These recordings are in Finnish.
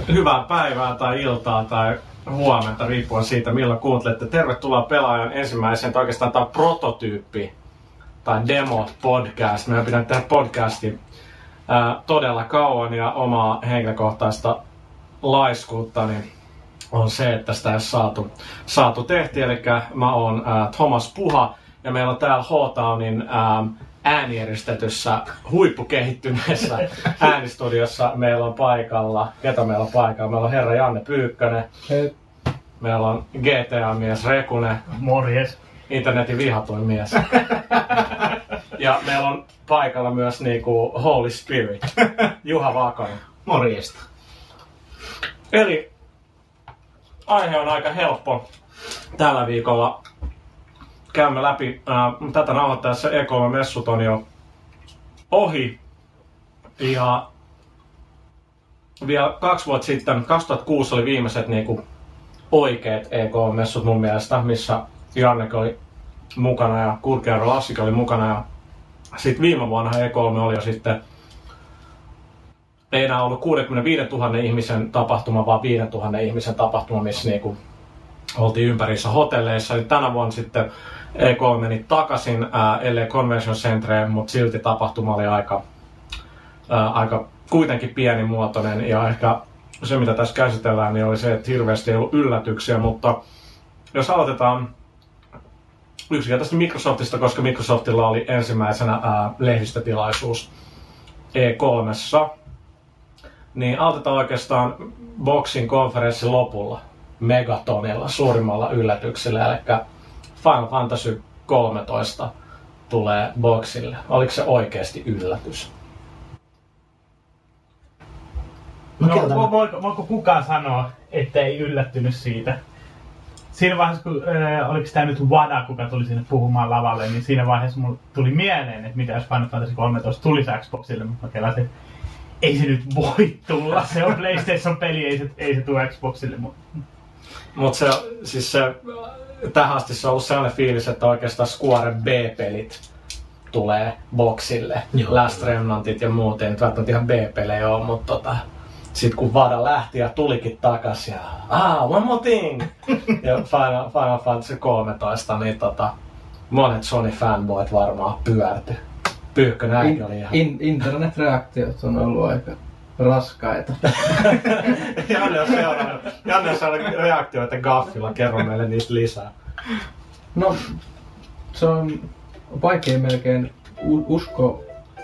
Hyvää päivää tai iltaa tai huomenta, riippuen siitä milloin kuuntelette. Tervetuloa Pelaajan ensimmäiseen, tai oikeastaan tämä prototyyppi tai demo-podcast. Meidän pitää tehdä podcastin todella kauan ja omaa henkilökohtaista laiskuuttani on se, että sitä ei ole saatu tehtyä. Eli mä oon Thomas Puha ja meillä on täällä H-Townin äänieristetyssä huippukehittyneessä äänistudiossa meillä on paikalla. Ketä meillä on paikalla? Meillä on herra Janne Pyykkönen. Hei. Meillä on GTA-mies Rekune. Morjes. Internetin vihatuin mies. Ja meillä on paikalla myös niinku Holy Spirit. Juha Vakanen. Morjesta. Eli aihe on aika helppo tällä viikolla. Käymme läpi tätä nauhoittaessa E3-messut on jo ohi. Ja vielä 2 vuotta sitten, 2006 oli viimeiset niinku oikeat E3-messut mun mielestä, missä Jannek oli mukana ja Kurkiaro Lassik oli mukana. Ja sitten viime vuonna E3 oli jo sitten, ei enää ollut 65 000 ihmisen tapahtuma, vaan 5 000 ihmisen tapahtuma, missä niinku oltiin ympärissä hotelleissa. Eli tänä vuonna sitten E3 meni takaisin LA Convention Centreen, mutta silti tapahtuma oli aika kuitenkin pienimuotoinen. Ja ehkä se, mitä tässä käsitellään, niin oli se, että hirveästi ei ollut yllätyksiä. Mutta jos aloitetaan yksinkertaisesti Microsoftista, koska Microsoftilla oli ensimmäisenä lehdistötilaisuus E3:ssa, niin aloitetaan oikeastaan Boxin konferenssin lopulla, Megatonilla, suurimmalla yllätyksellä, eli Final Fantasy 13 tulee Boxille. Oliko se oikeasti yllätys? No, voiko kukaan sanoa, ettei yllättynyt siitä? Siinä vaiheessa, kun oliko tämä nyt Wada, kuka tuli sinne puhumaan lavalle, niin siinä vaiheessa mulle tuli mieleen, että mitä jos Final Fantasy 13 tulisi Xboxille, mutta mä kelasin, ei se nyt voi tulla, se on PlayStation-peli, ei se tule Xboxille. Mutta tähän asti se on ollut sellainen fiilis, että oikeastaan Square B-pelit tulee Boxille. Joo, Last Remnantit ja muut, ei nyt välttämättä ihan B-pelejä ole, mutta sitten kun Vada lähti ja tulikin takas ja one more thing! Ja Final Fantasy 13, niin monet Sony-fanboyt varmaan pyörtyi. Pyykkönen oli ihan... Internet-reaktiot on ollut aika raskaita. Janne on seurannut reaktioita Gaffilla, kerro meille niistä lisää. No, se on vaikea melkein uskoa.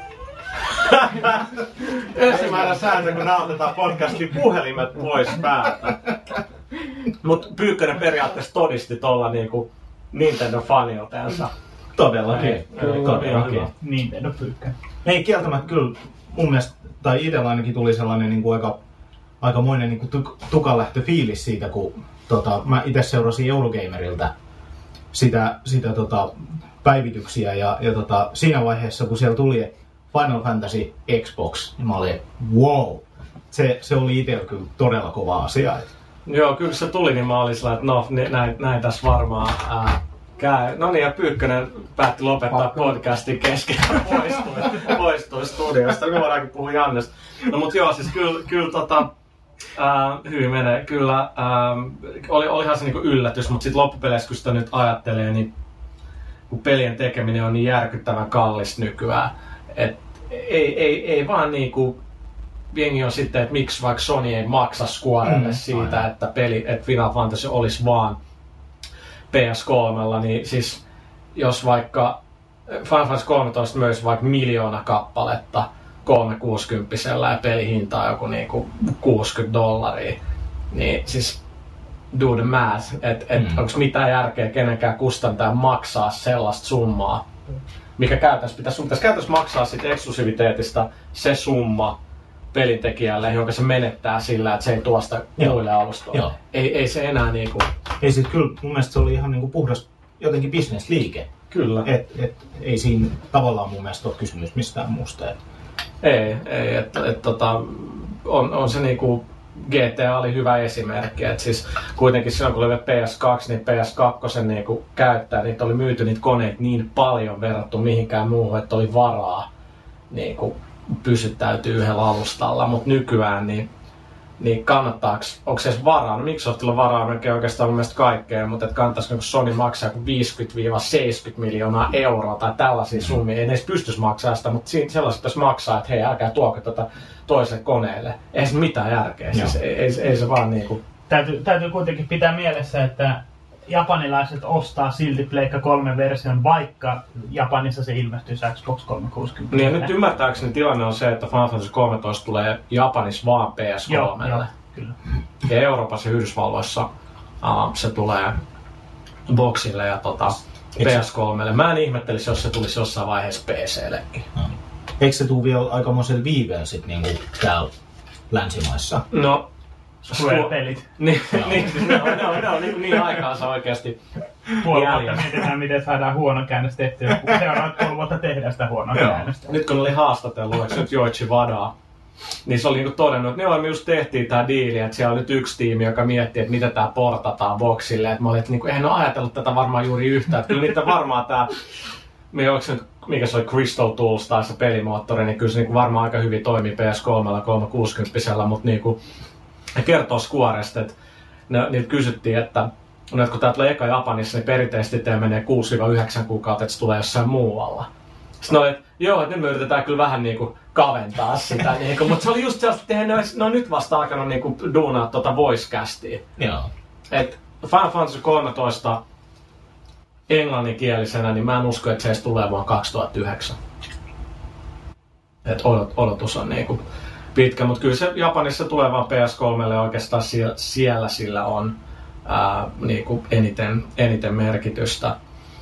Ensimmäinen sääntö, kun nauhoitetaan podcastin puhelimet pois päältä. Mut Pyykkönen periaatteessa todisti tuolla niinku Nintendo-fanilteensa. Todellakin. Todellakin. Nintendo Pyykkönen. Ei kieltämättä kyllä mun mielestä, tai itsellä ainakin tuli sellainen niin kuin aikamoinen niin kuin tukanlähtöfiilis siitä, kun mä itse seurasin Eurogamerilta sitä päivityksiä ja siinä vaiheessa, kun siellä tuli Final Fantasy Xbox, niin mä olin, wow, se oli itsellä kyllä todella kova asia. Joo, kyllä se tuli, niin mä olin sillä, että no, näin tässä varmaan käy. No niin, ja Pyykkönen päätti lopettaa podcastin kesken ja poistui studiosta. Me voidaankin puhua Jannesta. No mut joo, siis kyllä hyvin menee. Kyllä olihan se niinku yllätys, mutta sit loppupeleissä kun sitä nyt ajattelee, niin kun pelien tekeminen on niin järkyttävän kallista nykyään, että ei vaan niinku jengi on sitten, että miksi vaikka Sony ei maksa Squarelle siitä, että Final Fantasy olisi vaan PS3, niin siis jos vaikka Final Fantasy 13 myös vaikka 1 miljoona kappaletta 360 ja pelihinta on joku niinku $60, niin siis do the math, onko mitään järkeä kenenkään kustantaa maksaa sellaista summaa, mikä pitäisi käytännössä maksaa sit eksklusiviteetista se summa pelintekijälle, jonka se menettää sillä, että se ei tuosta muille alustoille. Ei se enää niinku... Ei siis kyllä, mun mielestä se oli ihan niinku puhdas jotenkin bisnesliike. Kyllä. Ei siinä tavallaan mun mielestä ole kysymys mistään muusta. Ei, on se niinku... GTA oli hyvä esimerkki, että siis kuitenkin silloin kun oli PS2, niin PS2 niinku käyttää, niitä oli myyty niitä koneita niin paljon verrattu mihinkään muuhun, että oli varaa niinku pysyttäytyy yhdellä alustalla, mutta nykyään niin niin onko se edes varaa? No Microsoftilla varaa melkein oikeastaan mun mielestä kaikkea, mutta kannattaisiko Sony maksaa joku 50-70 miljoonaa euroa tai tällaisia summia, ei edes pystyisi maksaa sitä, mutta sellaiset pitäisi maksaa, että hei, älkää tuoko tätä toiselle koneelle. Ei se mitään järkeä, siis ei se vaan niinku... Täytyy kuitenkin pitää mielessä, että japanilaiset ostaa silti Pleikka 3-version, vaikka Japanissa se ilmestyy Xbox 360. Niin ja nyt ymmärtääkseni tilanne on se, että Final Fantasy 13 tulee Japanissa vaan PS3. Joo, kyllä. Ja Euroopassa ja Yhdysvalloissa se tulee Boxille ja PS3. Mä en ihmettelisi, jos se tulisi jossain vaiheessa PC:llekin. Eikö se tule vielä aikamoisen viiveen sit niinku täällä länsimaissa? No, Square-pelit. Ne on niin aikaansa oikeasti. Puoli vuotta mietitään, miten saadaan huono käännös tehtyä. Seuraavat 3 vuotta tehdään sitä huonoa käännöstä. Nyt kun oli haastatellut, eikö nyt Yoichi Wadaa, niin se oli niinku todennut, että me just tehtiin tää diili, että siellä on nyt yksi tiimi, joka miettii, että miten tää portataan Boxille. Että mä olin, että niinku, eihän ole ajatellut tätä varmaan juuri yhtään. Että kyllä niitä varmaan tää, mikä se oli Crystal Tools tai se pelimoottori, niin kyllä se niinku varmaan aika hyvin toimii PS3 360, mutta niinku he kertoo Squaresta, että niiltä kysyttiin, että kun tää tulee eka Japanissa, niin perinteisesti teillä menee 6-9 kuukautta, että se tulee jossain muualla. Sitten oli, että joo, että nyt me yritetään kyllä vähän niinku kaventaa sitä, niinku, mutta se oli just sellaista, että ne on nyt vasta alkanut niinku duunaa voice-castia. Joo. Et Final Fantasy 13 englanninkielisenä, niin mä en usko, että se edes tulee vuonna 2009. Et odotus on niinku pitkä, mutta kyllä se Japanissa tulee vaan PS3 ja oikeastaan siellä sillä on niinku eniten merkitystä.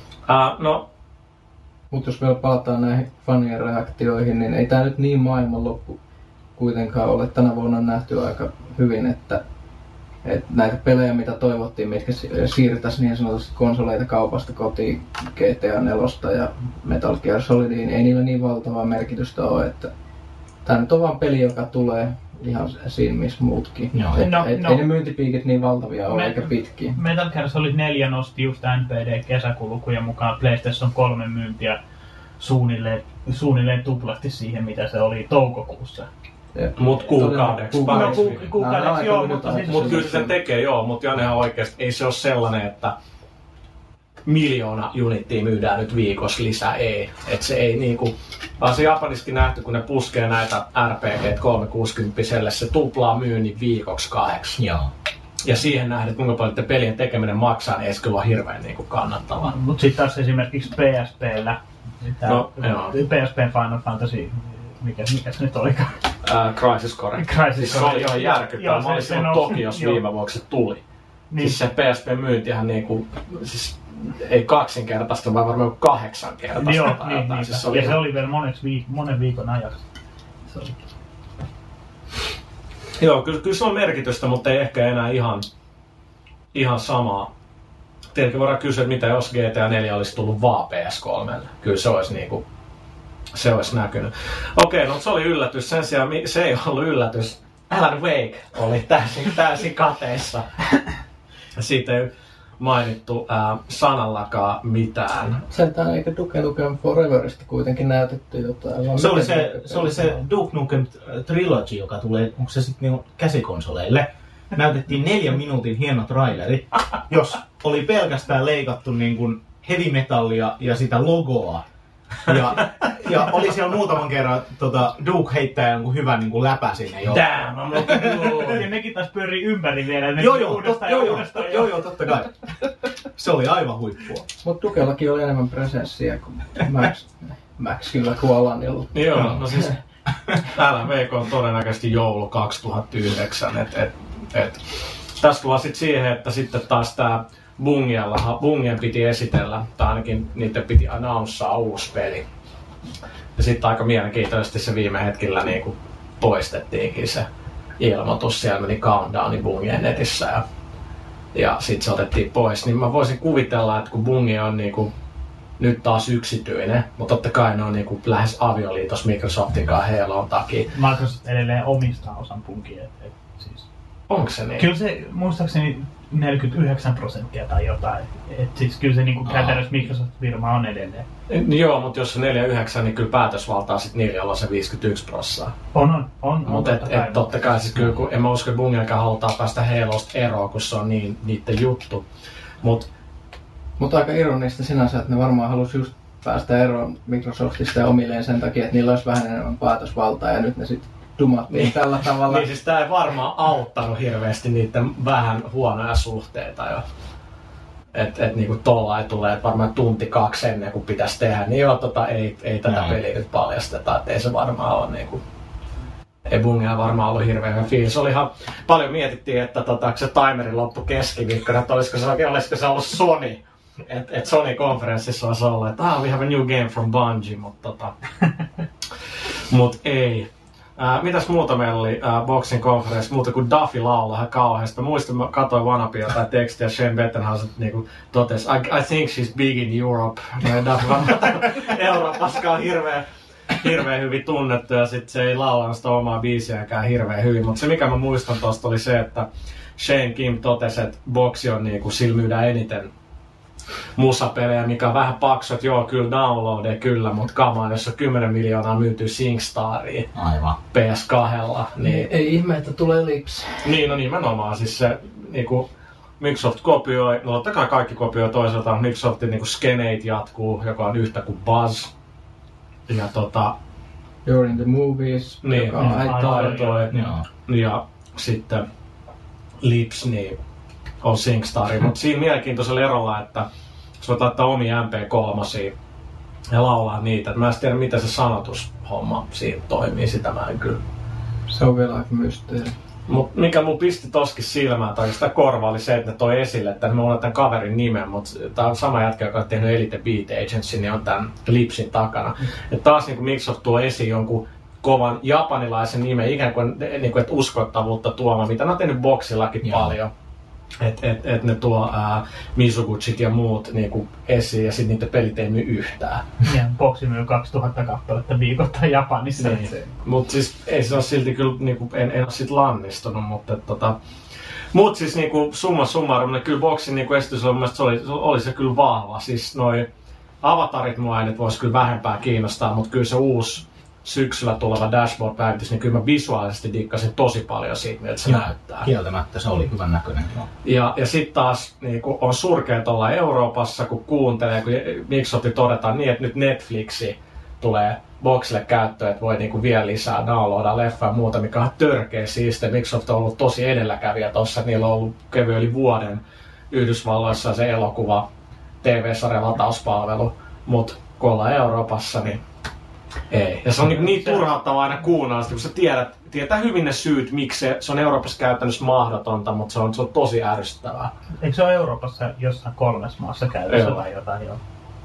Mutta jos vielä palataan näihin fanien reaktioihin, niin ei tämä nyt niin maailmanloppu kuitenkaan ole. Tänä vuonna on nähty aika hyvin, että näitä pelejä, mitä toivottiin, mitkä siirtäisi niin sanotusti konsoleita kaupasta kotiin, GTA 4 ja Metal Gear Solidiin, ei niillä niin valtavaa merkitystä ole, että tämä nyt on vaan peli, joka tulee ihan siinä, missä muutkin. Ei ne myyntipiikit niin valtavia ole eikä pitkiä. Metal Gear Solid 4 nosti just NPD-kesäkulukujen mukaan PlayStation 3 myyntiä suunnilleen tuplasti siihen, mitä se oli toukokuussa. Mut kuukaudeksi. Kuukaudeksi joo, mutta Mut kyllä se sen tekee joo, mutta Janehan oikeesti ei se ole sellainen, että 1 000 000 unittia myydään nyt viikossa lisää, ei. Et se ei niinku, vaan se Japanissakin nähty, kun ne puskee näitä RPG 360, se tuplaa myynnin viikoksi 2. Joo. Ja siihen nähden, kuinka paljon pelien tekeminen maksaa, niin ei se kyllä ole hirveän niinku kannattavaa. Mut sit taas esimerkiksi PSP:llä, PSP Final Fantasy, mikä se nyt olikaan? Crisis Core. Se oli ihan järkyttävää. Mä olin silloin Tokiossa viime vuoksi, se tuli. Niin. Siis se PSP-myyntihän niinku, siis ei 2-kertaista, vaan varmaan 8-kertaista. Joo, niin. Siis se oli vielä monen viikon ajaksi. Joo, kyllä se on merkitystä, mutta ei ehkä enää ihan samaa. Tietenkin voidaan kysyä, että mitä jos GTA 4 olisi tullut vaan PS3. Kyllä se olisi niinku, se olisi näkynyt. Okei, no se oli yllätys. Sen sijaan se ei ollut yllätys. Alan Wake oli täysin kateissa. Siitä ei mainittu sanallakaan mitään. Sentään eikä Duke Nukem Foreverista kuitenkin näytetty jotain. Se oli se Duke Nukem Trilogy, joka tulee, onko se sitten niinku käsikonsoleille. Näytettiin 4 minuutin hieno traileri, jos oli pelkästään leikattu niinku heavy metallia ja sitä logoa. Ja oli siellä muutaman kerran Duke heittää jonkun hyvän niin läpä sinne. Damn, I'm looking good. Ja nekin taas pyörii ympäri vielä. Joo, totta kai. Se oli aivan huippua. Mut Dukellakin oli enemmän presenssiä kuin Max kyllä Kuolanilla. Joo, no siis LVK on todennäköisesti joulu 2009. Tässä tullaan sitten siihen, että sitten taas tää Bungien piti esitellä, tai ainakin niiden piti announcea uusi peli. Ja sitten aika mielenkiintoisesti se viime hetkellä niinku poistettiinkin se ilmoitus. Siellä meni countdowni Bungien netissä ja sitten se otettiin pois. Niin mä voisin kuvitella, että kun Bungi on niinku nyt taas yksityinen, mutta totta kai ne on niinku lähes avioliitos Microsoftin kanssa Halon takia. Microsoft edelleen omistaa osan Bungia. Siis Onko se niin? Kyllä se muistaakseni 49% tai jotain. Et siis kyllä se niinku käytännössä Microsoft-firma on edelleen. Joo, mutta jos se 4-9, niin kyllä päätösvaltaa sit niillä, jolla on se 51%. On. Mutta totta kai siis kyllä, kun en mä usko, että Bungillakaan halutaan päästä Halosta eroon, kun se on niin niitten juttu. Mutta aika ironista sinänsä, että ne varmaan halusi just päästä eroon Microsoftista ja omilleen sen takia, että niillä olisi vähän enemmän päätösvaltaa ja nyt ne sitten dumattiin tällä tavalla. Niin siis tää ei varmaan auttanut hirveästi niiden vähän huonoja suhteita jo. Et niinku tollain tulee, että varmaan 1-2 ennen kuin pitäisi tehdä, niin joo, ei tätä peliä nyt paljasteta, että ei se varmaan ole niinku... Ei Bungilla varmaan ollut hirveän hyvä fiilis. Olihan paljon mietittiin, että se timeri loppui keskiviikkona, että olisiko se ollut Sony. Et Sony-konferenssissa olisi ollut, että we have a new game from Bungie, mutta mut ei. Mitäs muuta meillä oli boxing konferenssi, muuta kuin Duffy laulaa ihan kauheasti. Muistan, mä katsoin Wanapia tai tekstiä, Shane Bettenhausen niinku totesi, I think she's big in Europe. Euroopassa on hirveän hyvin tunnettu ja sit se ei laulaa sitä omaa biisiäkään hirveän hyvin. Mutta se mikä mä muistan tosta oli se, että Shane Kim totesi, että boksi on niinku, sillä myydään eniten musapelejä, mikä on vähän paksu, että joo, kyllä downloadeja kyllä, mutta kamaan, jos on 10 miljoonaa myytyy SingStaria PS2, niin... Ei ihme, että tulee lips. Niin, no nimenomaan, siis se niinku, Microsoft kopioi, no totta kai kaikki kopioi toisaalta, Microsoftin niinku Skenate jatkuu, joka on yhtä kuin Buzz. Ja You're in the Movies, niin, joka on ja sitten Lips, niin on SingStar. Mutta siinä mielenkiintoisella erolla, että jos voit laittaa omia MP3 ja laulaa niitä. Mä en tiedä, miten se sanotushomma siinä toimii, sitä mä en kyllä. Se on vielä aika mysteeri. Mut mikä mun pisti toskin silmään tai sitä korva oli se, että ne toi esille, että mä olen tämän kaverin nimen, mutta tää on sama jätkä, joka on tehnyt Elite Beat Agency, niin on tämän Lipsin takana. Ja taas niin Microsoft tuo esiin jonkun kovan japanilaisen nimen, ikään kuin että uskottavuutta tuoma, mitä ne on tehnyt boksillakin paljon. Et ne tuo Mizuguchit ja muut niinku esiin ja sitten niiden pelit ei myy yhtään. Ja boksi myy 2000 kappaletta viikoittain Japanissa. Niin. Mutta siis ei se ole silti kyllä, niinku, en ole sit lannistunut, mutta mut siis niinku summa summarum, niin kyllä boksin niinku esitys oli se kyllä vahva. Siis noi avatarit mua ei nyt vois kyllä vähempää kiinnostaa, mutta kyllä se uusi syksyllä tuleva dashboard-päivitys, niin kyllä mä visuaalisesti dikkasin tosi paljon siitä, miltä se näyttää. Kieltämättä se oli hyvän näköinen. Ja sitten taas niin on surkeet olla Euroopassa, kun kuuntelee, kun Microsofti todetaan niin, että nyt Netflixi tulee boxille käyttöön, että voi niin vielä lisää downloadaa leffaa ja muuta, mikä on törkeä siistiä. Microsoft on ollut tosi edelläkävijä tuossa, niillä on ollut kevyen yli vuoden Yhdysvalloissa se elokuva TV-sarjan latauspalvelu, mutta kun ollaan Euroopassa, niin ei. Ja se on niin turhauttavaa aina kuunnella, kun sä tietää hyvin ne syyt, miksi se on Euroopassa käytännössä mahdotonta, mutta se on tosi ärsyttävää. Eikö se ole Euroopassa jossain 3 maassa käytössä vai jotain? Joo.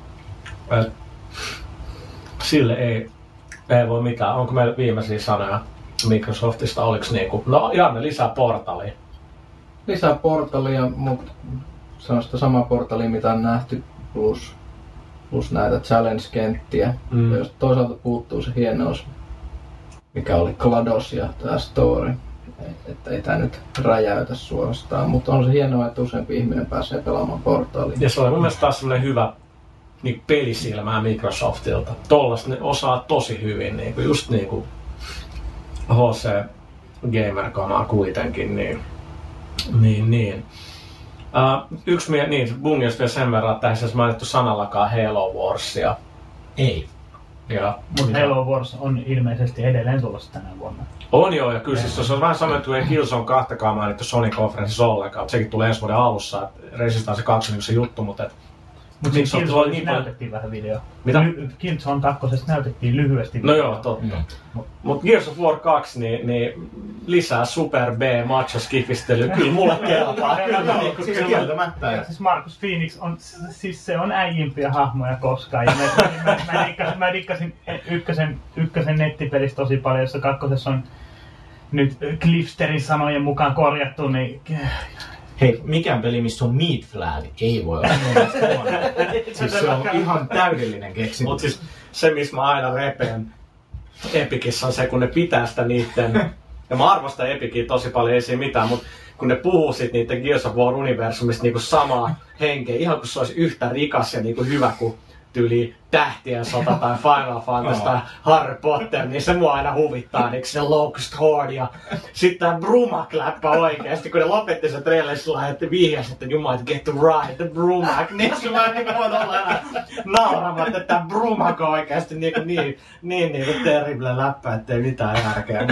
Sille ei voi mitään. Onko meillä viimeisiä sanoja Microsoftista? Oliko niinku... No Janne, lisää portalia. Lisää portalia, mutta se on sitä samaa portalia, mitä on nähty, plus näitä challenge-kenttiä. Jos toisaalta puuttuu se hienous, mikä oli GLaDOS ja tämä story. Että ei tää nyt räjäytä suorastaan, mutta on se hienoa, että useampi ihminen pääsee pelaamaan portaaliin. Ja se on mun mielestä taas semmonen hyvä niin pelisilmää Microsoftilta. Tollasta ne osaa tosi hyvin, niin kuin just niin kuin HC Gamer-kanaa kuitenkin. Niin. Bungiosta vielä sen verran, että eihän mainittu sanallakaan Halo Warsia. Ei. Mutta Halo Wars on ilmeisesti edelleen tulossa tänä vuonna. On joo, ja kyllä siis se on vähän sama, että ei Killzone 2 mainittu Sony-konferenssissa ollenkaan. Sekin tulee ensi vuoden alussa, että Resistance 2 on se juttu, mutta Mutta Killzone niin näytettiin vähän video. Mitä? Killzone 2 näytettiin lyhyesti video. No joo, totta. Mutta Gears of War 2, niin lisää Super B macho-skifistelyä. Kyllä mulle kelpaa. Siis kieltämättä. Siis Marcus Phoenix on, siis se on äijimpiä hahmoja koskaan. Ja mä dikkasin ykkösen nettipelistä tosi paljon, jossa kakkosessa on nyt Cliffsterin sanojen mukaan korjattu, niin... Hei, mikään peli, missä on Meat Flag, ei voi olla siis se on ihan täydellinen keksintö. Mut siis se, missä mä aina repeen Epicissä on se, kun ne pitää sitä niitten Ja mä arvostan Epicin tosi paljon, ei siinä mitään, mutta kun ne puhuu sit niiden Gears of War-universumista niinku samaa henkeä, ihan kun se olisi yhtä rikas ja niinku hyvä kuin tyyli Tähtien sota tai Final Fantasy tai Harry Potter, niin se mua aina huvittaa, niin se Locust Horde ja sitten tää Brumak-läppä oikeesti, kun ne lopetti se trailer sillä että vihjasi, että you might get to ride the Brumak, niin se mä niinku voin olla aina nauramat, että tää Brumak on oikeesti niin terrible läppä, ettei mitään järkeä,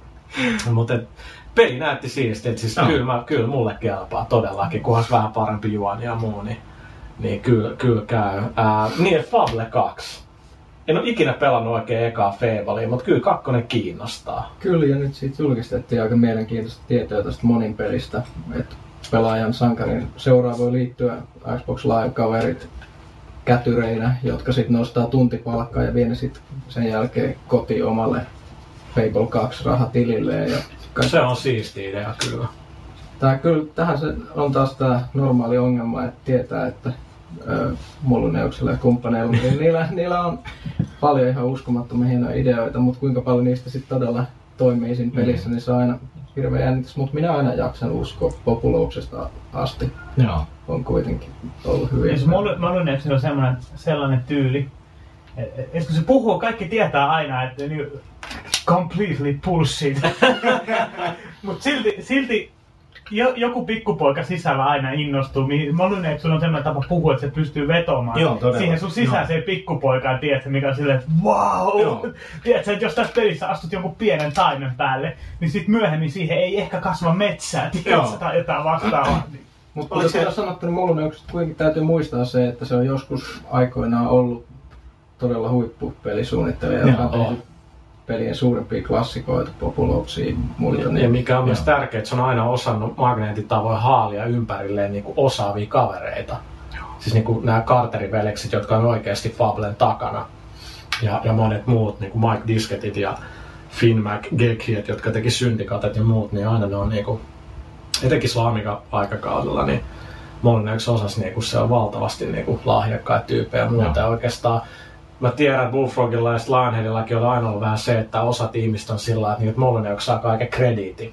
mutta peli näytti siistiä, että siis kyllä mulle kelpaa todellakin, kunhan vähän parempi juoni ja muu, niin kyllä käy. Niin Fable 2. En ole ikinä pelannut oikein ekaa Fableia, mutta kyllä 2 kiinnostaa. Kyllä, ja nyt siitä julkistettiin aika mielenkiintoista tietoa tästä monin pelistä. Että pelaajan sankarin seuraa voi liittyä Xbox Live-kaverit kätyreinä, jotka sitten nostaa tuntipalkkaa ja vie ne sitten sen jälkeen kotiin omalle Fable 2 rahatililleen. Se on siisti idea kyllä. Tähän se on taas tämä normaali ongelma, että tietää, että Molyneuksella ja kumppaneilla, niin niillä on paljon ihan uskomattomia hienoja ideoita, mutta kuinka paljon niistä sitten todella toimii siinä pelissä, niin se on aina hirveä jännitys, mutta minä aina jaksan uskoa Populouksesta asti. Joo. On kuitenkin ollut hyviä. Molyneuksella on sellainen tyyli, että kun se puhuu, kaikki tietää aina, että completely bullshit. Mutta silti joku pikkupoika sisällä aina innostuu. Molyneuksella on sellainen tapa puhua, että se pystyy vetomaan siihen sun sisäiseen pikkupoikaan, tiedätkö, mikä on silleen, että wow! Tiedätkö, että jos tässä pelissä astut jonkun pienen taimen päälle, niin sit myöhemmin siihen ei ehkä kasva metsää, tiedätkö, tai jotain vastaavaa. Mutta kuten se on sanottu, niin Molyneuksesta kuitenkin täytyy muistaa se, että se on joskus aikoinaan ollut todella huippupelisuunnittelija, joka on tehnyt pelien suurimpia klassikoita, Populauksia, muita. Ja mikä on myös tärkeää, että se on aina osannut magneetin tavoin haalia ympärilleen niin kuin osaavia kavereita. Siis niin kuin nämä Carterin-velekset, jotka on oikeasti Fablen takana. Ja monet muut, niin kuin Mike Disketit ja Finn McGeechiet, jotka teki Syndikatet ja muut, niin aina ne on niin kuin, etenkin Slaamiga-aikakaudella, niin Molyneux osasi niin kuin se on valtavasti niin kuin lahjakkaita tyyppejä ja muuta. Ja oikeastaan mä tiedän, että Bullfrogilla ja Lionheadillakin on aina ollut vähän se, että osa tiimistä on sillä lailla, että Molyneux saa kaiken krediitin.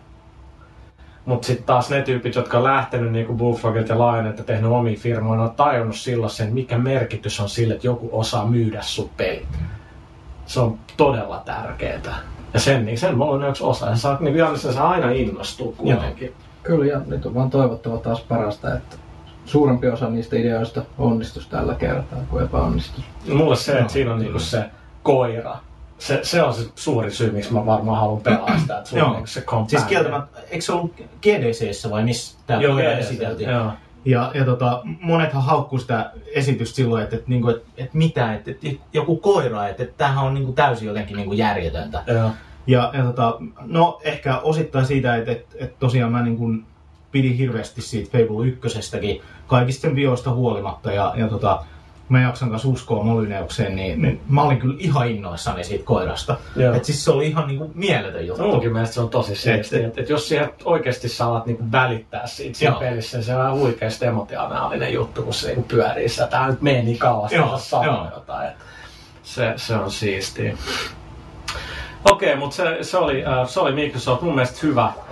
Mutta sitten taas ne tyypit, jotka on lähtenyt niin kuin Bullfrogilta ja Lionheadilta ja tehnyt omia firmoja, on tajunnut silloin sen, mikä merkitys on sille, että joku osaa myydä sun pelit. Se on todella tärkeää. Ja sen Molyneux osaa. Ja saa, niin se aina innostuu kuitenkin. Joo. Kyllä, ja nyt on vaan toivottava taas parasta, että suurempi osa niistä ideoista onnistus tällä kertaa kuin epäonnistus. Mulle se, että siinä on niinku se koira. Se on se suuri syy, miksi mä varmaan haluan pelaa sitä, että sulla on niinku se companion. Siis kieltämättä, eikö se ollut GDC:ssä vai missä tää koira esiteltiin? Ja monethan haukkuu sitä esitystä silloin, että joku koira, että tämähän on niinku täysin jotenkin niinku järjetöntä. Ja no ehkä osittain siitä, että tosiaan mä niinku pidin hirveästi siitä Fable 1:stäkin kaikista sen vioista huolimatta ja mä jaksan kanssa uskoa Molyneukseen, niin mä olin kyllä ihan innoissani siitä koirasta. Et siis se oli ihan niinku mieletön juttu. Munkin mielestä se on tosi siistiä, että jos siihen oikeasti sä alat niinku välittää siitä siinä pelissä, niin se on vähän huikeasti emotionaalinen juttu, kun se niinku pyörii sitä. Tää nyt menee niin kauas, että sanoo jotain. Se on siistiä. Okei, mutta se oli Microsoft mun mielestä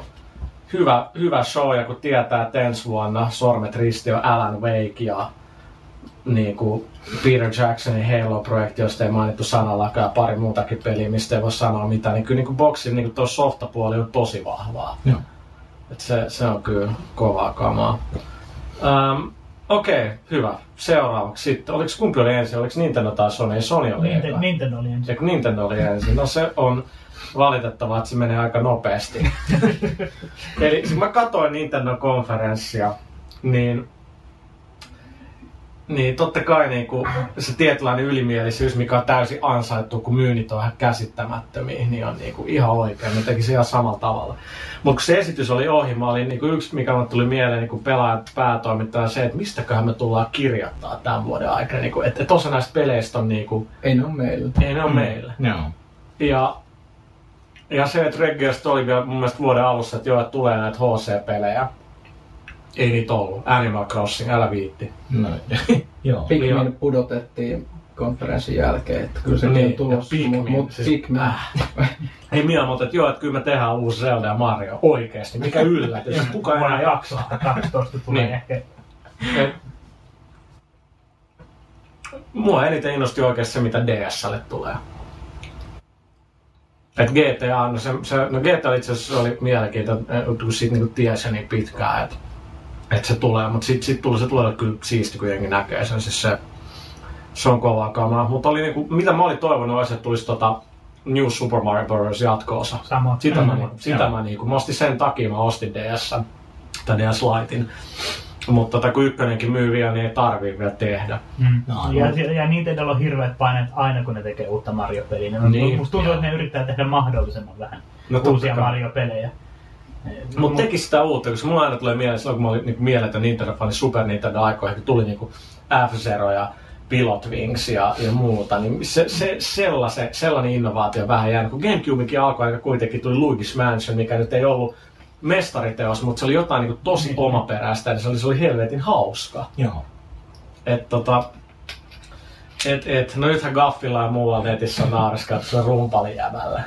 hyvä show, ja kun tietää, että ensi vuonna sormet risti on Alan Wake ja niin kuin Peter Jacksonin Halo-projekti, josta ei mainittu sanallakaan, ja pari muutakin peliä, mistä ei voi sanoa mitään, niin kyllä niin kuin boksin niin tuo softapuoli on tosi vahvaa. Että se on kyllä kovaa kamaa. Okei, hyvä. Seuraavaksi sitten. Kumpi oli ensin? Oliko Nintendo tai Sony? Sony oli eka. Nintendo oli ensin. Nintendo oli ensin. No se on valitettavaa, että se menee aika nopeasti. Eli kun mä katsoin Nintendo-konferenssia, niin totta kai niinku, se tietynlainen ylimielisyys, mikä on täysin ansaittu, kun myynnit on ihan käsittämättömiä, niin on niinku ihan oikein. Ne teki se ihan samalla tavalla. Mutta kun se esitys oli ohi, mä olin niinku yksi, mikä mulle tuli mieleen niinku pelaajat päätoimittaja, se, että mistäköhän me tullaan kirjoittaa tämän vuoden aikana. Niinku, että osa näistä peleistä on niinku... Ei ne ole meillä. Ei ne ole meillä. No. Ja se, että Reggeosta oli vielä mun mielestä vuoden alussa, että joo, että tulee näitä HC-pelejä. Ei niitä ollut. Animal Crossing, älä viitti. No. Joo. Pikmin pudotettiin konferenssin jälkeen, että kyllä sekin on tulossa. Pikmin. Ei minä, mutta että kyllä me tehdään uusi Zelda ja Mario oikeesti. Mikä yllätys. Kuka enää jaksaa? 2012 tulee niin. Ehkä. Mua eniten innosti oikeesti se, mitä DS:lle tulee. Et GTA, GTA itse asiassa oli mielenkiintoinen, kun siitä niinku tiesi niin pitkään, että se tulee, mutta se tulee kyllä siisti, kun jengi näkee sen, siis se on kovaa kamaa. Mutta oli niinku, mitä mä olin toivonut, olisi, että tulisi New Super Mario Bros. Jatko-osa. Sitä mä ostin sen takia, mä ostin DS:n, tai DS Litein. Mutta kun ykkönenkin myy vielä, niin ei tarvii vielä tehdä. Ja Nintendolla on hirveät paineet aina, kun ne tekee uutta Mario-peliä. Niin, musta tuntuu, että ne yrittää tehdä mahdollisimman vähän uusia Mario-pelejä. Mutta teki sitä uutta, koska mulla aina tulee mieleen, silloin kun mä olin niin mieletön Nintendo-fani Super Nintendo-aikoihin, kun tuli niin F-Zero ja Pilot Wings ja muuta, niin sellainen innovaatio vähän jäänyt. Kun GameCubekin alkoi aika kuitenkin tuli Luigi's Mansion, mikä nyt ei ollut mestariteos, mutta se oli jotain niin tosi omaperäistä, niin se oli helvetin hauska. Joo. No nythän Gaffilla ja muualla netissä on naariskaa sillä rumpalijämällä.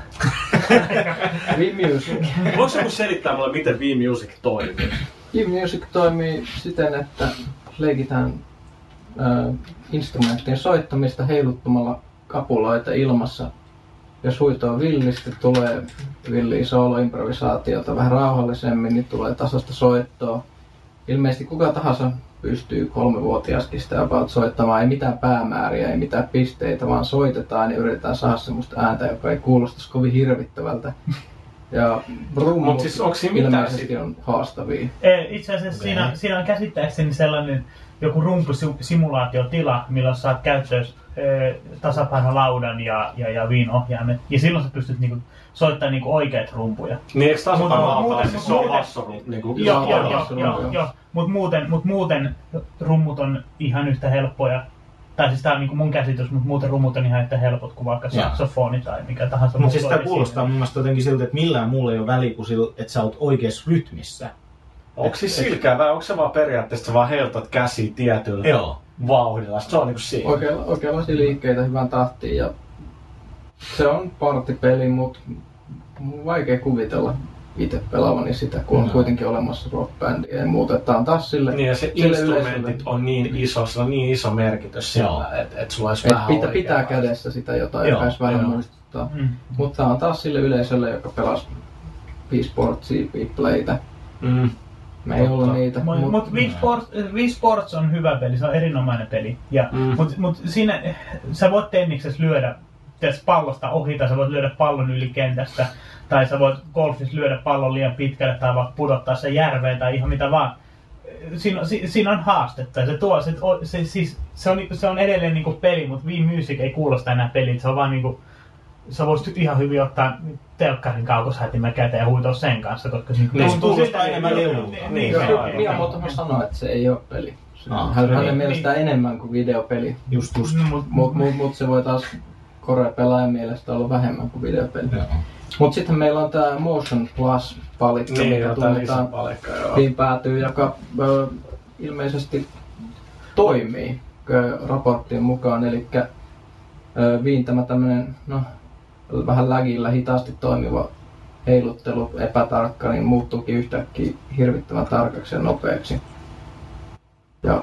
Wii Music. Voiko joku selittää mulle, miten Wii Music toimii? Wii Music toimii siten, että leikitään instrumenttien soittamista heiluttamalla kapuloita ilmassa. Jos huitoo villisti, tulee villiä solo-improvisaatiota vähän rauhallisemmin, niin tulee tasaista soittoa. Ilmeisesti kuka tahansa pystyy 3-vuotiaskin sitä about soittamaan. Ei mitään päämääriä, ei mitään pisteitä, vaan soitetaan ja yritetään saada semmoista ääntä, joka ei kuulostaisi kovin hirvittävältä. Ja rummut siis ilmeisesti on haastavia. Itse asiassa siinä on käsittääkseni sellainen joku rumpusimulaatiotila, milloin saat käyttöön tasapainolaudan ja Wiin ohjaimet. Ja silloin sä pystyt niinku soittamaan niinku oikeat rumpuja. Niin eikö tasapainolauta siis se on basso? Joo. Mut muuten rummut on ihan yhtä helppoja. Tai siis tää on niinku mun käsitys, mutta muuten rummut on ihan yhtä helpot kuin vaikka saksofoni tai mikä tahansa. Mutta siis tää kuulostaa mun mielestä jotenkin siltä, että millään muulla ei ole väliä kuin sillä, että sä oot oikeassa rytmissä. Onko siis silkää vai onko se vaan periaatteessa vaan heilutat käsiä tietyllä vauhdilla? Se on niinku siinä. Oikeanlaisia liikkeitä hyvän tahtiin ja se on partipeli, mutta on vaikea kuvitella itse pelaavani sitä, kun on kuitenkin olemassa rockbändiä ja muuta. Tää on taas sille niin ja se instrumentit on niin iso, se on niin iso merkitys sillä, että sulla olisi vähän pitää oikea kädessä sitä jotain, joka olisi vähän muistuttaa. Mutta tää on taas sille yleisölle, joka pelasi Wii Sportsia, Wii Playtä. Me ei ollut niitä. Mutta Wii Sports on hyvä peli, se on erinomainen peli. Mutta siinä sä voit tenniksessä lyödä pallosta ohi, tai sä voit lyödä pallon yli kentästä, tai sä voit golfissa lyödä pallon liian pitkälle, tai vaikka pudottaa sen järveen, tai ihan mitä vaan. Siinä on haastetta, ja se on edelleen niinku peli, mutta Wii Music ei kuulosta enää peliltä, se on vaan niinku sä voisit ihan hyvin ottaa telkkarin kaukosäätimen käteen ja huitoa sen kanssa, koska se kuulostaa enemmän levulta. Miyamoto sanoo, että se ei ole peli. Hänen mielestään enemmän kuin videopeli. Just. Mut se voi taas Kore-pelaajan mielestä olla vähemmän kuin videopeli. Mut sitten meillä on tää Motion Plus-palikka, mikä tunnetaan Wiin päätyy, joka ilmeisesti toimii raporttien mukaan. Elikkä Wiin tämä tämmönen, vähän lägillä hitaasti toimiva heiluttelu, epätarkka, niin muuttuukin yhtäkkiä hirvittävän tarkaksi ja nopeaksi. Ja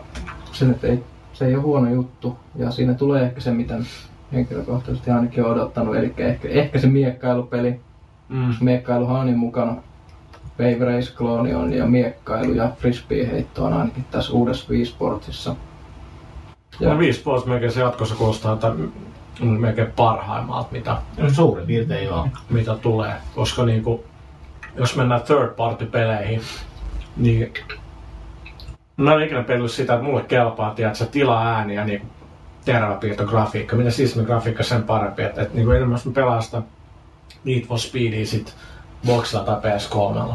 se ei ole huono juttu, ja siinä tulee ehkä se, mitä henkilökohtaisesti ainakin on odottanut, eli ehkä se miekkailupeli. Miekkailuhan on niin mukana. Wave Race-klooni on, ja miekkailu ja frisbee-heitto on ainakin tässä uudessa Wii Sportsissa. Ja Wii Sports melkein se jatkossa kuulostaa, että melkein parhaimmalta, suurin piirtein mitä tulee, koska niinku, jos mennään third party peleihin, niin mä en ikinä pelannut sitä, että mulle kelpaa, että se tilaa ääniä niin teräväpiirtografiikka, mitä sismigrafiikka sen parempi, että niinku enemmän jos mä pelaan sitä Need for Speedia sit Boxilla tai PS3:lla.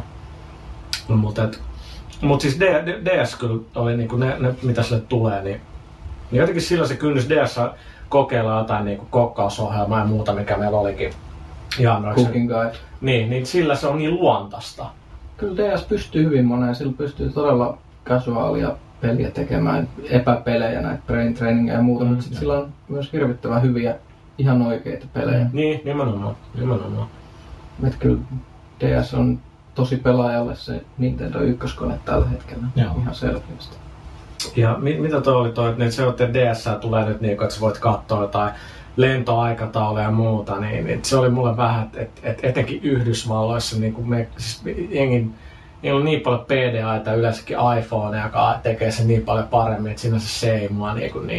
Mut siis DS kyllä oli niinku ne mitä sille tulee, niin jotenkin sillä se kynnys DS kokeilla jotain niinku kokkausohjelmaa ja muuta, mikä meillä olikin. Cooking Guide. Niin sillä se on niin luontaista. Kyllä DS pystyy hyvin moneen, sillä pystyy todella casualia peliä tekemään, epäpelejä, näitä brain trainingia ja muuta, mutta sillä on myös hirvittävän hyviä, ihan oikeita pelejä. Niin, nimenomaan. Että kyllä DS on tosi pelaajalle se Nintendo ykköskone tällä hetkellä, ihan selkeästi. Ja mitä toi oli toi, että se DS tulee nyt niin, että sä voit katsoa jotain lentoaikatauluja ja muuta, niin se oli mulle vähän, että etenkin Yhdysvalloissa niin kuin jengin on niin paljon PDAita ja yleensäkin iPhone, joka tekee sen niin paljon paremmin, että sinänsä se ei mua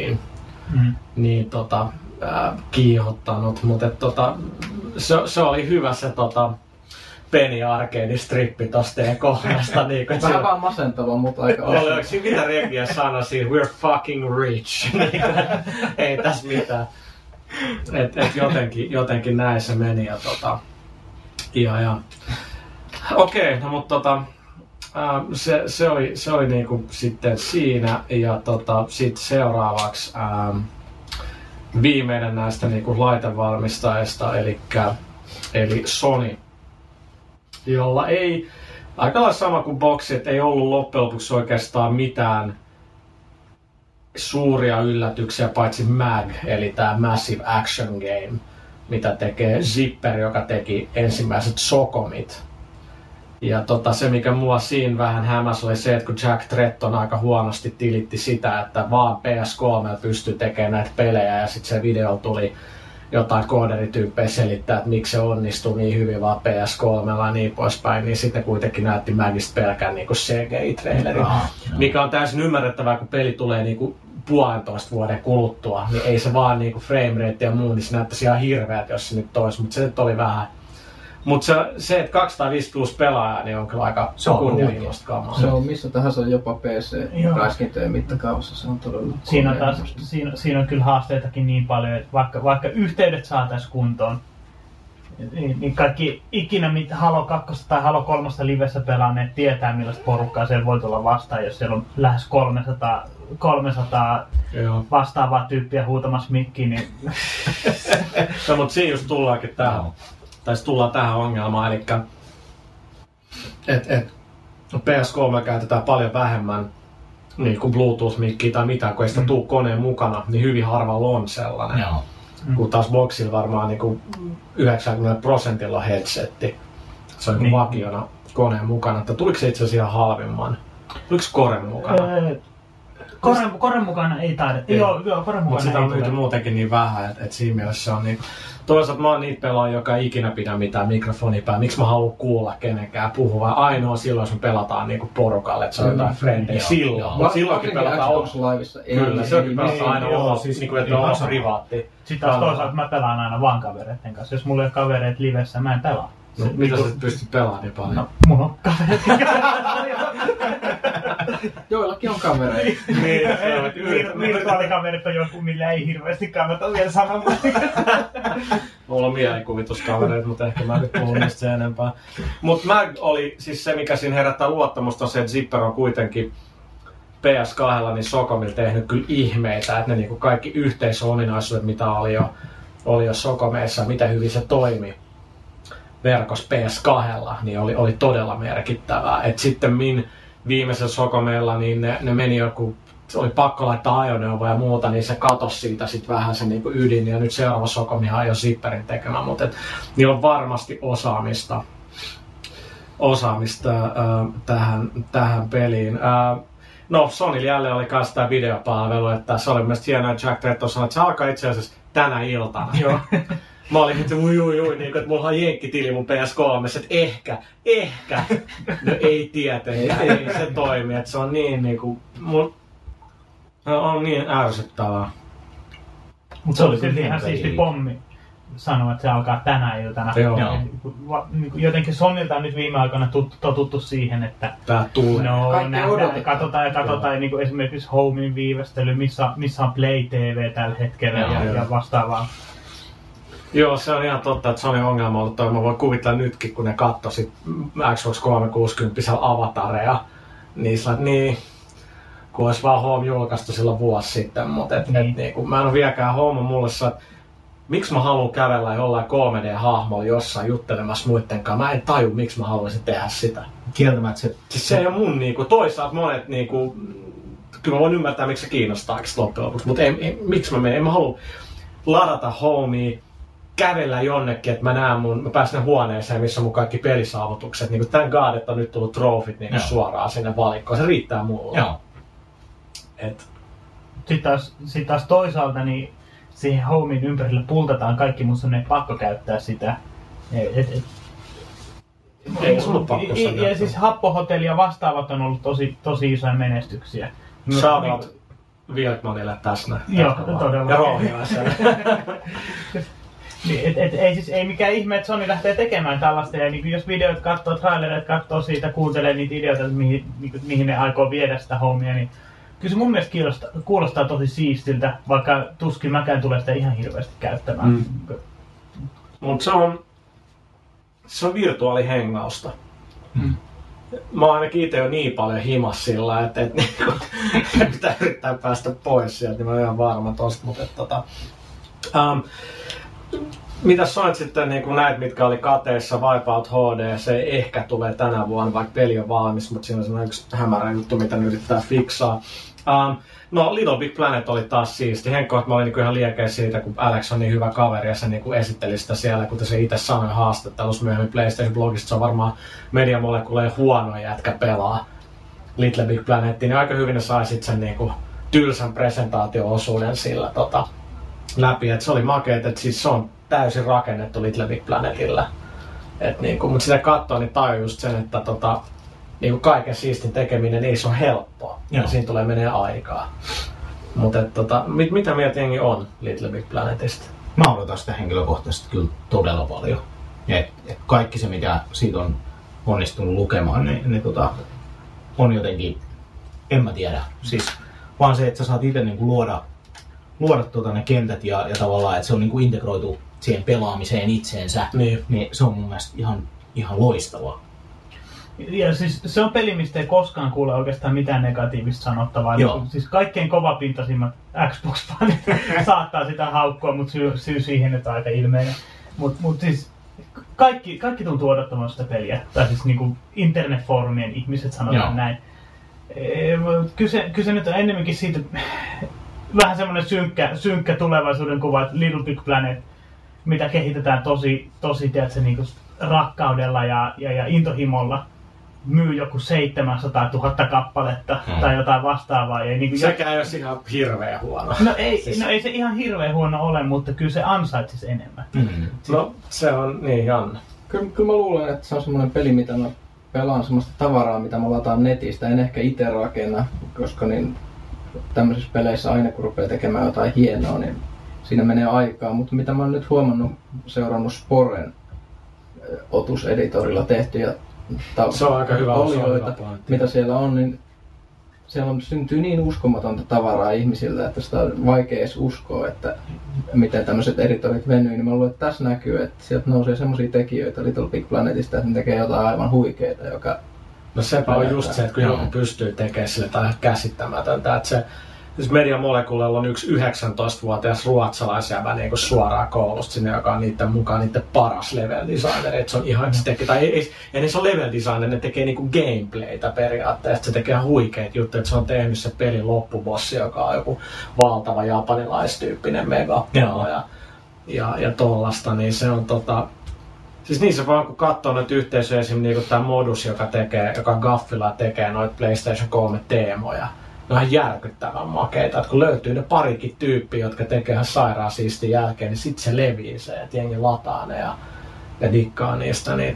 kiihottanut, mutta se oli hyvä se Penny Arcade-strippi tosta kohdasta. Niin, vähän vaan masentava, mutta aika oli. Mitä Regia sanoi siinä? We're fucking rich. Ei tässä mitään. Jotenkin näin se meni. Okei, no mutta se oli niinku sitten siinä. Ja sitten seuraavaksi viimeinen näistä niinku laitevalmistajista, eli Sony, jolla ei, aika lailla sama kuin Boxi, että ei ollut loppujen lopuksi oikeastaan mitään suuria yllätyksiä paitsi MAG, eli tämä Massive Action Game, mitä tekee Zipper, joka teki ensimmäiset Socomit. Ja se, mikä mua siinä vähän hämäsi, oli se, että kun Jack Tretton aika huonosti tilitti sitä, että vaan PS3 pystyy tekemään näitä pelejä, ja sitten se video tuli jotain kooderityyppejä selittää, että miksi se onnistuu niin hyvin vaan PS3 ja niin poispäin, niin sitten kuitenkin näytti Magista pelkään niin CGI-trailerin, mikä on täysin ymmärrettävää, kun peli tulee niin kuin 1,5 vuoden kuluttua, niin ei se vaan niin kuin frame rate ja muu, niin se näyttäisi ihan hirveät, jos se nyt olisi, mutta se nyt oli vähän. Mutta se, että 250 pelaajaa, niin on kyllä aika kunnianhimoista kamaa. Se on missä tahansa, jopa PC-räiskintöjen mittakaavassa, se on todella siinä on kyllä haasteitakin niin paljon, että vaikka yhteydet saataisiin kuntoon, niin kaikki ikinä Halo 2 tai Halo 3 livessä pelaaneet tietää, millaista porukkaa siellä voi tulla vastaan, jos siellä on lähes 300 vastaavaa tyyppiä huutamassa mikkiin. Niin... no, mutta siinä just tullaankin tähän. Tullaan tähän ongelmaan, eli PS3 käytetään paljon vähemmän niin kuin Bluetooth-mikkiä tai mitään, kun ei sitä tuu koneen mukana, niin hyvin harvalla on sellainen. Kun taas Boxilla varmaan niin kuin 90% on headsetti. Se on niin vakiona koneen mukana. Tuliko se itse asiassa ihan halvimman? Tuliko Koren mukana? Koren mukana ei taida. Joo, Koren mukana. Mutta sitä on myyty muutenkin niin vähän, että siinä mielessä on niin. Toisaalta mä oon niitä pelaajia, joka ei ikinä pidä mitään mikrofonia päällä. Miksi mä haluan kuulla kenenkään puhua? Ainoa silloin, jos me pelataan niinku porukalle, että se on jotain frendejä. Silloinkin pelataan Livessa. Kyllä, silloinkin pelataan aina niinku, että on privaatti. Sitten taas toisaalta mä pelaan aina vaan kavereiden kanssa. Jos mulla ei ole kavereita livessä, mä en pelaa. No, mitä sä pystyt pelaamaan niin paljon? No, mun on kavereita. Joillakin on kavereita. Virtuaalikaverit on joku, millä ei hirveästi kannata vielä sanoa. Mulla on mielikuvituskavereita, mutta ehkä mä nyt puhun niistä sen enempää. Mutta Mag oli siis se, mikä siinä herättää luottamusta, on se, että Zipper on kuitenkin PS2 niin Socomilla tehnyt kyllä ihmeitä, että ne niinku kaikki yhteisominaisuudet, mitä oli jo Socomeissa, miten hyvin se toimi verkossa PS2, niin oli todella merkittävää. Et sitten viimeisellä Socomeilla niin ne meni joku, se oli pakko laittaa ajoneuvoja ja muuta, niin se katosi siitä sit vähän se niinku ydin, ja nyt seuraava Socomihan ei ole Zipperin tekemään, mutta niillä on varmasti osaamista tähän peliin. No, Sony jälleen oli kanssa tämä videopalvelu, että se oli mielestäni hienoa, että Jack Tretton sanoi, että se alkaa itse asiassa tänä iltana. Joo. Mä olin nyt niin että mulla on jenkkitili mun PS3, että ehkä. No ei tietenkään, ei se toimi, että se on niin on niin ärsyttävää. Mutta se oli silti ihan siisti pommi sanoa, että se alkaa tänä iltana. Jotenkin Sonylta on nyt viime aikoina totuttu siihen, että tää tulee. No, katsotaan niin kuin esimerkiksi Homein viivästely, missä on Play TV tällä hetkellä ja vastaavaa. Joo, se on ihan totta, että Sonyn ongelma on ollut toi. Mä voin kuvitella nytkin, kun ne kattoisit Xbox 360 avatareja, niin kun olisi vaan Home julkaistu silloin vuosi sitten, mutta niin kun mä en ole vieläkään Home mulle miksi mä haluan kävellä jollain 3D-hahmolla jossain juttelemassa muitten kanssa. Mä en taju, miksi mä haluaisin tehdä sitä. Kieltämättä se... Siis se ei ole mun niinku, toisaalta monet niinku, kyllä mä voin ymmärtää, miksi se kiinnostaa loppujen lopuksi, mutta miksi mä menen, en mä halua ladata homea, kävellä jonnekin, että mä pääsen huoneeseen, missä on mun kaikki pelisaavutukset. Niin kuin tän God, että on nyt tullut trofit niin suoraan sinne valikkoon. Se riittää mulle. Joo. Sitten taas toisaalta niin siihen homein ympärille pultataan kaikki, mutta sun ei pakko käyttää sitä. Ei sun ole pakko sitä. Ja siis happohotelli ja vastaavat on ollut tosi isoja menestyksiä. Shoutout Vilkmanille tässä. Joo, todella. Ja Rohjalaiselle. Ei mikään ihme, että Sony lähtee tekemään tällaista. Ja niin jos videoita katsoo, trailereita katsoo siitä, kuuntelee niitä ideoita, mihin ne aikoo viedä sitä homea, niin kyllä se mun mielestä kuulostaa tosi siistiltä, vaikka tuskin mäkään tulee sitä ihan hirveästi käyttämään. Mutta se on virtuaalihengausta. Mä oon ainakin itse jo niin paljon himas sillä, että niinku, pitää yrittää päästä pois sieltä, niin mä oon ihan varma tosta. Mutta mitä sanoit sitten niin näitä, mitkä oli kateissa, Wipeout HD, se ehkä tulee tänä vuonna, vaikka peli on valmis, mutta siinä on sellainen yksi hämärä juttu, mitä ne yrittää fiksaa. No, Little Big Planet oli taas siisti. Henkko, että mä olin niin ihan liekeä siitä, kun Alex on niin hyvä kaveri ja se niin esitteli sitä siellä, kuten se itse sanoi haastattelussa myöhemmin PlayStation-blogista. Se on varmaan Media Moleculeen huono jätkä pelaa Little Big Planetin. Niin aika hyvin ne sai sitten sen niin tylsän presentaatio-osuuden sillä läpi. Et se oli makeet, että siis se on täysin rakennettu Little Big Planetillä. Mutta sitä katsoo, niin tajuu just sen, että niin kaiken siistin tekeminen ei se ole helppoa. Siinä tulee menee aikaa. Mutta mitä mieltä jengi on Little Big Planetista? Mä odotan sitä henkilökohtaisesti kyllä todella paljon. Et kaikki se, mitä siitä on onnistunut lukemaan, niin on jotenkin, en mä tiedä. Siis, vaan se, että sä saat itse niinku luoda ne kentät ja tavallaan, että se on niinku integroitu siihen pelaamiseen itseensä, niin se on mun mielestä ihan loistavaa. Ja siis se on peli, mistä ei koskaan kuule oikeastaan mitään negatiivista sanottavaa. Siis kaikkein kovapintaisimmat Xbox-fanit saattaa sitä haukkua, mutta syy siihen nyt on aika ilmeinen. Mut siis kaikki tuntuu odottamaan sitä peliä. Tai siis niinku internetfoorumien ihmiset sanotaan näin. Kyse nyt on ennemminkin siitä, vähän semmoinen synkkä tulevaisuuden kuva, että Little Big Planet, mitä kehitetään tosi tiedätkö, niinku rakkaudella ja intohimolla, myy joku 700 000 kappaletta tai jotain vastaavaa. Sekä ei ole ihan hirveän huono. No ei se ihan hirveän huono ole, mutta kyllä se ansaitsisi enemmän. No se on niin, Janne. Kyllä mä luulen, että se on semmoinen peli, mitä mä pelaan semmoista tavaraa, mitä mä lataan netistä. En ehkä itse rakenna, koska niin tämmöisissä peleissä aina kun rupeaa tekemään jotain hienoa, niin siinä menee aikaa. Mutta mitä mä oon nyt seurannut Sporen otuseditorilla tehtyjä se on aika hyvä olioita, mitä siellä on, niin siellä syntyy niin uskomatonta tavaraa ihmisille, että sitä on vaikea edes uskoa, että miten tämmöiset editorit venyy. Niin mä luulen, että tässä näkyy, että sieltä nousee semmosia tekijöitä Little Big Planetista, että ne tekee jotain aivan huikeeta, joka... No sepä on just se, että kun joku pystyy tekemään sille tai käsittämätöntä, että se... Siis Media Moleculella on yksi 19-vuotias ruotsalaisjävä niin suoraan koulusta sinne, joka on niiden mukaan niiden paras level designer. Et se on ihan, se tekee, tai ei ne se on level designer, ne tekee niinku gameplaytä periaatteessa. Se tekee huikeita juttuja, että se on tehnyt se pelin loppubossi, joka on joku valtava japanilaistyyppinen megapelo ja tollasta, niin se on siis niissä vaan kun katsoo noita yhteisöjä, esimerkiksi niin tämä Modus, joka Gaffilla tekee noita PlayStation 3 teemoja. Ne on ihan järkyttävän makeita, että kun löytyy ne parikin tyyppiä, jotka tekee ihan sairaan siistin jälkeen, niin sit se levii se, että jengi lataa ne ja dikkaa niistä, niin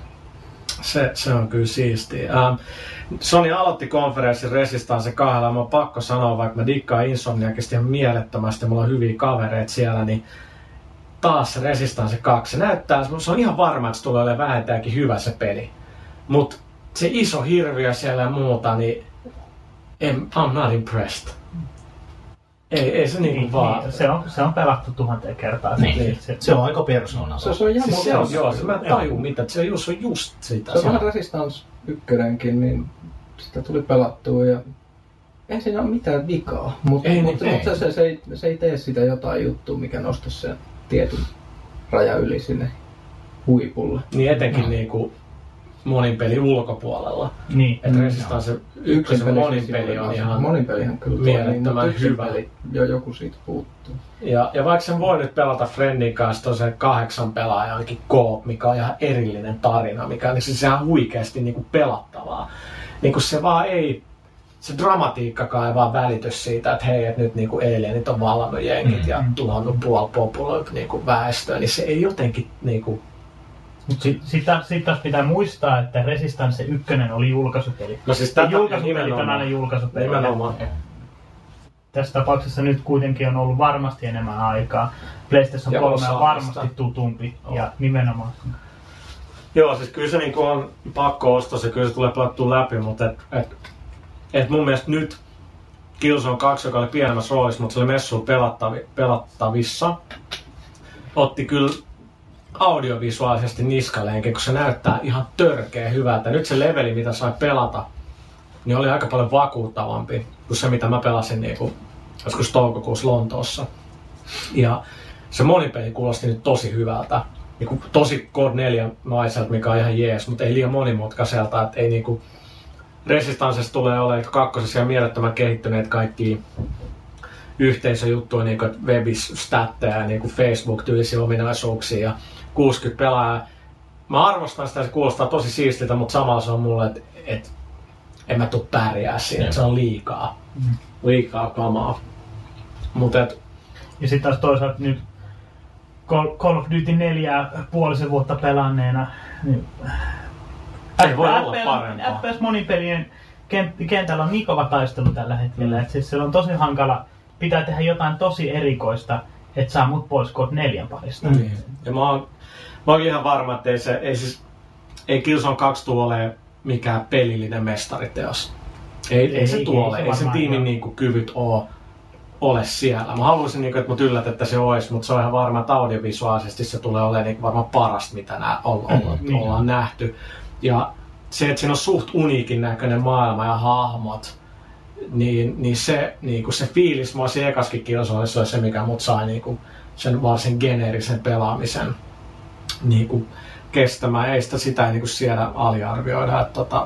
se on kyllä siistiä. Sony aloitti konferenssin Resistance 2, mä oon pakko sanoa, vaikka mä dikkaan Insomniacista ihan mielettömästi, mulla on hyviä kavereita siellä, niin taas Resistance 2, se näyttää, se on ihan varma, että se tulee olemaan vähintäänkin hyvä se peli. Mut se iso hirviö siellä ja muuta, niin I'm not impressed. Ei se niinku vaan. Se on pelattu 1000 kertaa. Niin. Se on aika persoonalla. Se on ihan mä en taju mitä, se on just sitä. Se on vähän Resistance 1:nkin, niin sitä tuli pelattua ja ei siinä ole mitään vikaa. Mutta se ei tee sitä jotain juttua, mikä nostaisi sen tietyn raja yli sinne huipulle. Niin etenkin niinku monin peli ulkopuolella. Niin. Että Resistance ykkösen monin peli on ihan monipelihän kyllä mielettömän hyvä. Jo joku siitä puuttuu. Ja vaikka sen voi nyt pelata friendin kanssa tosiaan 8 pelaajankin koop, mikä on ihan erillinen tarina, mikä on siis ihan huikeasti niinku pelattavaa. Niinku se vaan ei, se dramatiikkakaan ei vaan välity siitä, että hei, että nyt niinku alienit on vallannut jenkit ja tuhannut puolipopuloit niinku väestöä, niin se ei jotenkin niinku. Mutta sitten taas pitää muistaa, että Resistance 1 oli julkaisupeli. No siis julkaisupeli on aina julkaisupeli. Nimenomaan. Tässä tapauksessa nyt kuitenkin on ollut varmasti enemmän aikaa. PlayStation 3 on varmasti tutumpi ja nimenomaan. Joo, siis kyllä se niinku on pakko ostaa se, kyllä se tulee pelattua läpi, mutta et mun mielestä nyt Killzone 2, joka oli pienemmässä roolissa, mutta se oli messuun pelattavissa, otti kyllä audiovisuaalisesti niskaleenkin, kun se näyttää ihan törkeä hyvältä. Nyt se leveli, mitä sai pelata, niin oli aika paljon vakuuttavampi kuin se, mitä mä pelasin niinku joskus toukokuussa Lontoossa. Ja se monipeli kuulosti nyt tosi hyvältä. Niinku tosi Code 4 maiselta, mikä on ihan jees, mutta ei liian monimutkaiselta. Et ei niinku Resistancessa tulee olemaan kakkosessa ja mielettömän kehittyneet kaikki yhteisöjuttuja, niinku webis statteja ja niinku Facebook-tyylisiä ominaisuuksia ja 60 pelaajaa. Mä arvostan sitä, se kuulostaa tosi siistiltä, mutta samalla se on mulle, että en mä tuu pärjää siinä, se on liikaa. Liikaa kamaa. Ja sitten taas toisaalta nyt Call of Duty 4,5 vuotta pelanneena, niin ei voi olla parempaa. FPS monipelien kentällä on niin kova taistelu tällä hetkellä, että siis se on tosi hankala, pitää tehdä jotain tosi erikoista, että saa mut pois Code 4 parista. Ja mä oon ihan varma, että ei Killzone 2 tule olemaan mikään pelillinen mestariteos. Ei se tule ole, ei sen tiimin niinku kyvyt ole siellä. Mä haluaisin, niinku, että mut yllätä, että se olisi, mutta se on ihan varma, että audiovisuaalisesti se tulee olemaan niinku varmaan parasta, mitä ollaan nähty. Ja se, että siinä on suht uniikin näköinen maailma ja hahmot, niin se, niinku, se fiilis, mä olisin ekaskin Killzoneissa, se mikä mut sai niinku, sen varsin geneerisen pelaamisen niinku, kestämään. Ei sitä ei niinku siellä aliarvioida.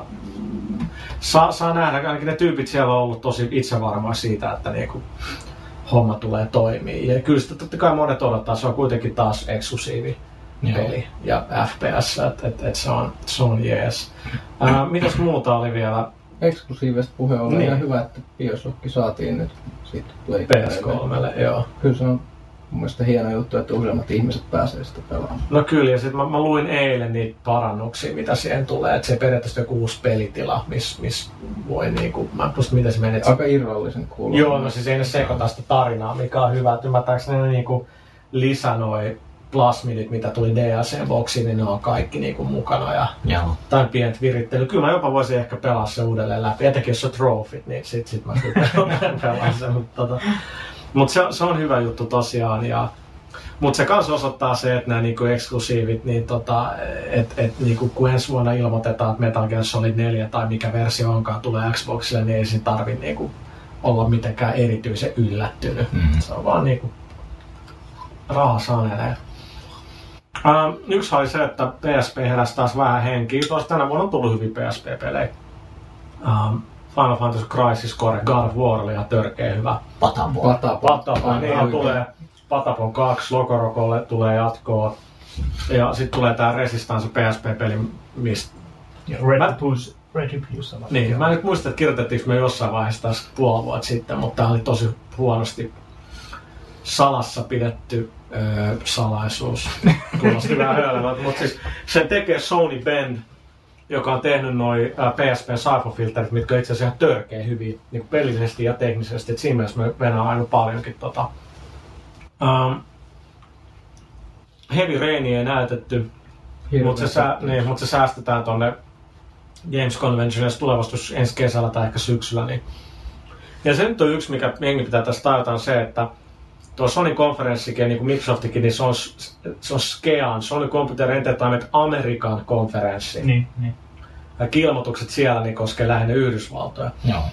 Saa nähdä, ainakin ne tyypit siellä on ollut tosi itsevarmaa siitä, että niinku homma tulee toimii. Ja kyllä sitä totta kai monet odottaa, se on kuitenkin taas eksklusiivi peli ja FPS, että se on jees. Mitäs muuta oli vielä? Eksklusiivista puhe on ihan hyvä, että BioShock saatiin nyt siitä PS3:lle, joo. Kyllä se on mun mielestä hieno juttu, että useammat ihmiset pääsee sitä pelaamaan. No kyllä, ja sitten mä luin eilen niitä parannuksia, mitä siihen tulee, että se periaatteessa joku uusi pelitila, missä voi niinku, mä en muista miten se menee. Aika irrallisen kuuluu. Joo, no siis ei ne sekoita sitä tarinaa, mikä on hyvä, että ymmärtääkseni ne niinku lisä noi plasmidit, mitä tuli DLC-boksiin, niin ne on kaikki niinku mukana ja tai pienet virittely. Kyllä mä jopa voisin ehkä pelaa se uudelleen läpi, etenkin jos on trofit, niin sit mä pelaan sen, mutta se on hyvä juttu tosiaan, mutta se kans osoittaa se, että nämä niinku eksklusiivit, niin niinku, kun ensi vuonna ilmoitetaan, että Metal Gear Solid 4 tai mikä versio onkaan tulee Xboxille, niin ei siinä tarvitse niinku olla mitenkään erityisen yllättynyt. Se on vaan niinku raha sanelee. Yksi oli se, että PSP heräsi taas vähän henkiä. Tuossa tänä vuonna on tullut hyviä PSP-pelejä. Final Fantasy Crisis Core, God of War oli ihan törkeä hyvä. Patapon, niin tulee Patapon 2, Locorocolle tulee jatkoa. Ja sitten tulee tää Resistance PSP-peli, mistä... Retribution. Niin, mä en nyt muista, että kirjoitettiinko me jossain vaiheessa taas puoli vuotta sitten, mutta tää oli tosi huonosti salassa pidetty salaisuus. Kuulosti vähän höölevältä, mutta siis sen tekee Sony Bend, joka on tehnyt noi PSP Cypher-filterit, mitkä on itse asiassa ihan törkeä hyviä niin pelillisesti ja teknisesti. Et siinä mielessä me venään aina paljonkin Heavy Rainia ei näytetty, mutta se säästetään tonne Games Conventionissa tulevastus ensi kesällä tai ehkä syksyllä. Niin. Ja se nyt on yksi, mikä jengi pitää tässä tajuta, on se, että tuo Sony-konferenssikin, niin kuin Microsoftikin, niin se on SCEAN, Sony Computer Entertainment American konferenssi. Niin. Kaikki ilmoitukset siellä niin koskee lähinnä Yhdysvaltoja. Joo.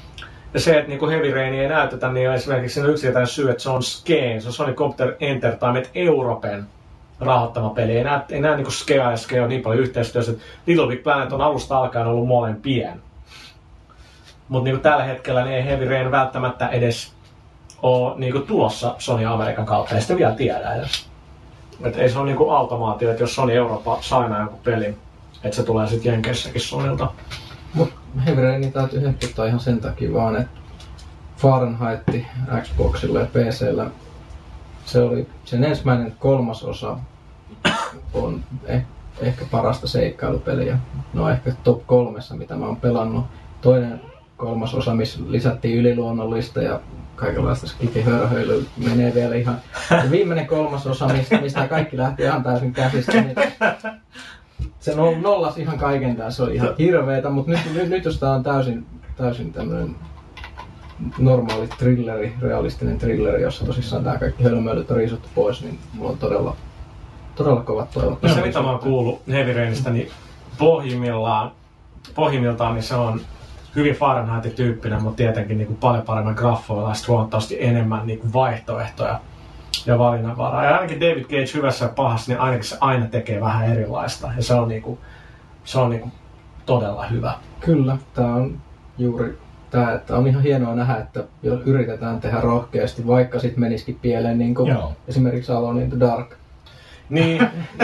Ja se, että niinku Heavy Rainia ei näytetä, niin on esimerkiksi siinä yksinkertainen syy, että se on Skeen, se on Sony Computer Entertainment Europen rahoittama peli. Ei näe niinku Skea ja Skea niin paljon yhteistyössä. Little Big Planet on alusta alkaen ollut molempien. Mutta niinku tällä hetkellä niin ei Heavy Rain välttämättä edes ole niinku tulossa Sony Amerikan kautta, ei sitä vielä tiedä edes. Et ei se ole niinku automaatio, että jos Sony Eurooppa sainaa joku peli, että se tulee sitten Jenkeissäkin Sonylta. Mut Heavy Rainin täytyy hehkuttaa ihan sen takia vaan, että Fahrenheit Xboxilla ja PCllä, se oli sen ensimmäinen 3/3 on ehkä parasta seikkailupeliä. No ehkä top 3, mitä mä oon pelannut. Toinen 3/3, missä lisättiin yliluonnollista ja kaikenlaista skifihörhöilyä menee vielä ihan. Ja viimeinen 3/3, mistä kaikki lähti ihan täysin käsistä, niin se nollasi ihan kaiken tää, se oli ihan hirveetä, mutta nyt jos tää on täysin tämmönen normaali thrilleri, realistinen thrilleri, jossa tosissaan tää kaikki hölmöilyt on riisuttu pois, niin mulla on todella kovat toivot. No se mitä mä oon kuullut Heavy Rainista, niin pohjimmiltaan niin se on hyvin Fahrenheit-tyyppinen, mutta tietenkin niin kuin paljon paremmin graffoilla ja huomattavasti enemmän niin kuin vaihtoehtoja ja valinnanvaraa. Ja ainakin David Cage hyvässä ja pahassa, niin ainakin se aina tekee vähän erilaista. Ja se on todella hyvä. Kyllä, tää on juuri tää, että on ihan hienoa nähdä, että jos yritetään tehdä rohkeasti, vaikka sit menisikin pieleen, niin kuin esimerkiksi Alone in the Dark. Niin,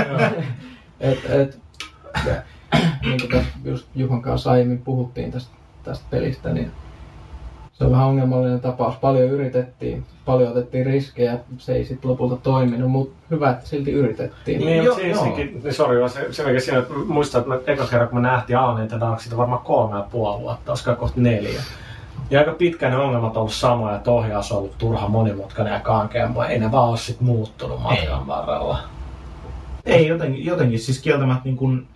niin kuin just Juhan kanssa aiemmin puhuttiin tästä pelistä, niin se on vähän ongelmallinen tapaus. Paljon yritettiin, paljon otettiin riskejä, se ei sitten lopulta toiminut, mutta hyvä, että silti yritettiin. Niin, mutta sori, siinä, että muistan, että eka kerran kun me nähtiin Alone in the Dark, siitä varmaan 3,5 vuotta, olisiko kohta 4. Ja aika pitkään ne ongelmat on ollut samoja, että ohjaus on ollut turha monimutkainen ja kankea, mutta ei ne vaan ole sit muuttunut matkan varrella. Ei jotenkin siis kieltämättä niin kun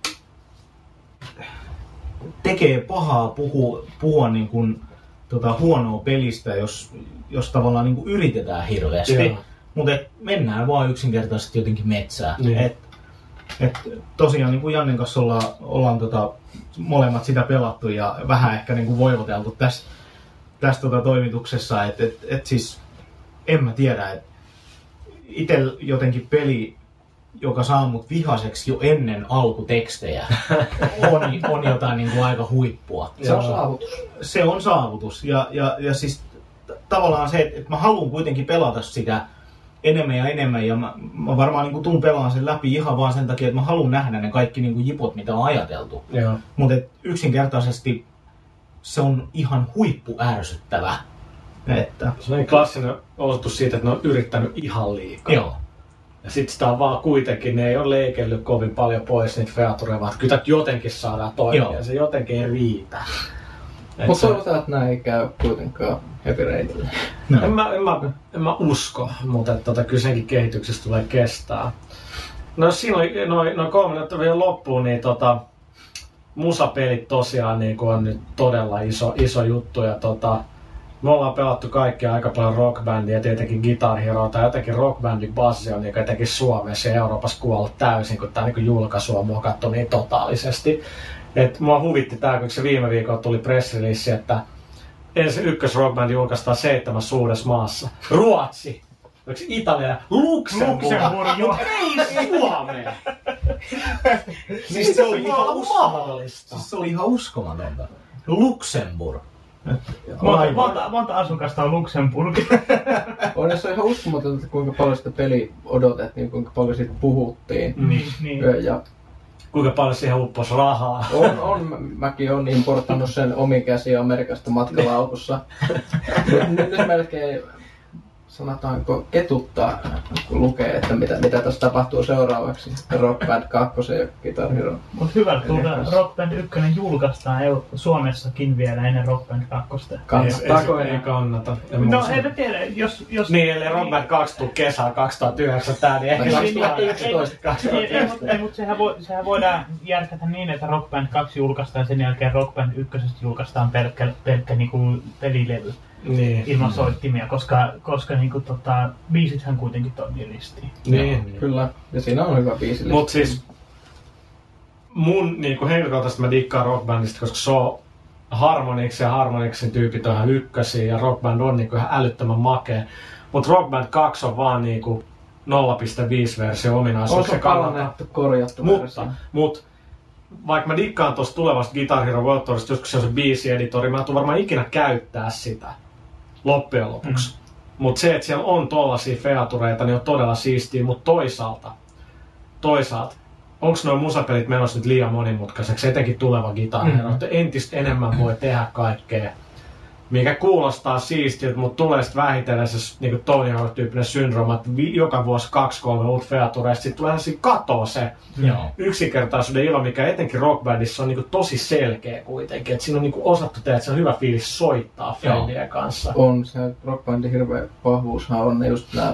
tekee pahaa puhua niin kun, huonoa pelistä, jos tavallaan niin kun yritetään hirveästi. Mutta mennään vaan yksinkertaisesti jotenkin metsään. Niin. Tosiaan niin kuin Jannen kanssa ollaan molemmat sitä pelattu ja vähän ehkä niin kuin voivoteltu tässä toimituksessa. Et siis en mä tiedä, että itse jotenkin peli, joka saa mut vihaseksi jo ennen alkutekstejä, on jotain niin kuin aika huippua. Se on saavutus. Se on saavutus. Ja siis tavallaan se, että mä haluan kuitenkin pelata sitä enemmän ja mä varmaan niin kuin tuun pelaan sen läpi ihan vaan sen takia, että mä haluan nähdä ne kaikki niin kuin jipot, mitä on ajateltu. Mutta yksinkertaisesti se on ihan huippu ärsyttävä. Että se on klassinen osoitus siitä, että ne on yrittänyt ihan liikaa. Joo. Ja sit sitä on vaan kuitenkin, ne ei ole leikellyt kovin paljon pois niitä featureja, vaan kyllä jotenkin saadaan toimia ja se jotenkin ei riitä. Mutta toivotaan, että näin ei käy kuitenkaan Heavy Rainille. No. En mä usko, mutta kyllä senkin kehityksestä tulee kestää. No siinä oli noin 3 minuuttia vielä loppuun, niin musapelit tosiaan niin on nyt todella iso juttu. Ja me ollaan pelattu kaikkia aika paljon rockbändiä, tietenkin Guitar Hero tai jotenkin rockbändin bassi on niin jotenkin Suomessa ja Euroopassa kuollut täysin, kun tämä niin julkaisu on muokattu niin totaalisesti. Et mua huvitti tää, kun se viime viikolla tuli press-release, että ensin ykkösrockbändi julkaistaan 7 suuressa maassa. Ruotsi, Italia, Luxemburg, mutta ei Suomea. Siis se oli ihan mahdollista. Siis se oli ihan uskomatonta. Luxemburg. Monta asukasta on Luxemburg. On se ihan uskomatonta, kuinka paljon sitä peliä odotettiin, kuinka paljon siitä puhuttiin. Niin. Ja kuinka paljon siihen upposi rahaa. Mäkin olen importannut sen omin käsiin Amerikasta matkalaukussa. Nyt melkein, sanotaanko, ketuttaa, kun lukee, että mitä tässä tapahtuu seuraavaksi. Rock Band 2 ja Guitar Hero. Mutta hyvä, kun Rock Band 1 julkaistaan Suomessakin vielä ennen Rock Band 2. Ei kannata. No en tiedä, jos... Niin, ellei Rock Band 2 tule kesää 2009 tää, niin ehkä 2011. Ei, mutta sehän voidaan järkätä niin, että Rock Band 2 julkaistaan sen jälkeen Rock Band 1 julkaistaan pelkkä niinku pelilevy. Niin. Ilman soittimia, koska niinku biisithän kuitenkin toimii ristiin. Niin. Kyllä, ja siinä on hyvä biisi. Mut siis mun niinku henkilökohtaisesti mä dikkaan rockbandista, koska se on Harmonix ja Harmonixin tyypit on ihan ykkösiä ja Rock Band on niinku ihan älyttömän makea. Mut Rock Band 2 on vaan niinku 0.5 versio ominaisuuksia. On se parannettu, korjattu versio. Mutta vaikka mä dikkaan tuosta tulevasta Guitar Hero World Tourista, joskus se on se biisieditori, mä en tule varmaan ikinä käyttää sitä loppujen lopuksi. Mutta se, että siellä on tollasia featureita, niin on todella siistiä, mutta toisaalta, onko nuo musapelit menossa nyt liian monimutkaiseksi, etenkin tuleva Guitar Hero, että entistä enemmän voi tehdä kaikkea, mikä kuulostaa siistiltä, mutta tulee sitten vähitellen se niin Tony Hawk-tyyppinen syndrooma, että joka vuosi 2-3 uutta featureista, sitten tulee katoo se yksinkertaisuuden ilo, mikä etenkin Rock Bandissa on niin tosi selkeä kuitenkin, että siinä on niin osattu tehdä, että se on hyvä fiilis soittaa friendien kanssa. On se Rock Bandin hirveä vahvuushan on ne just nämä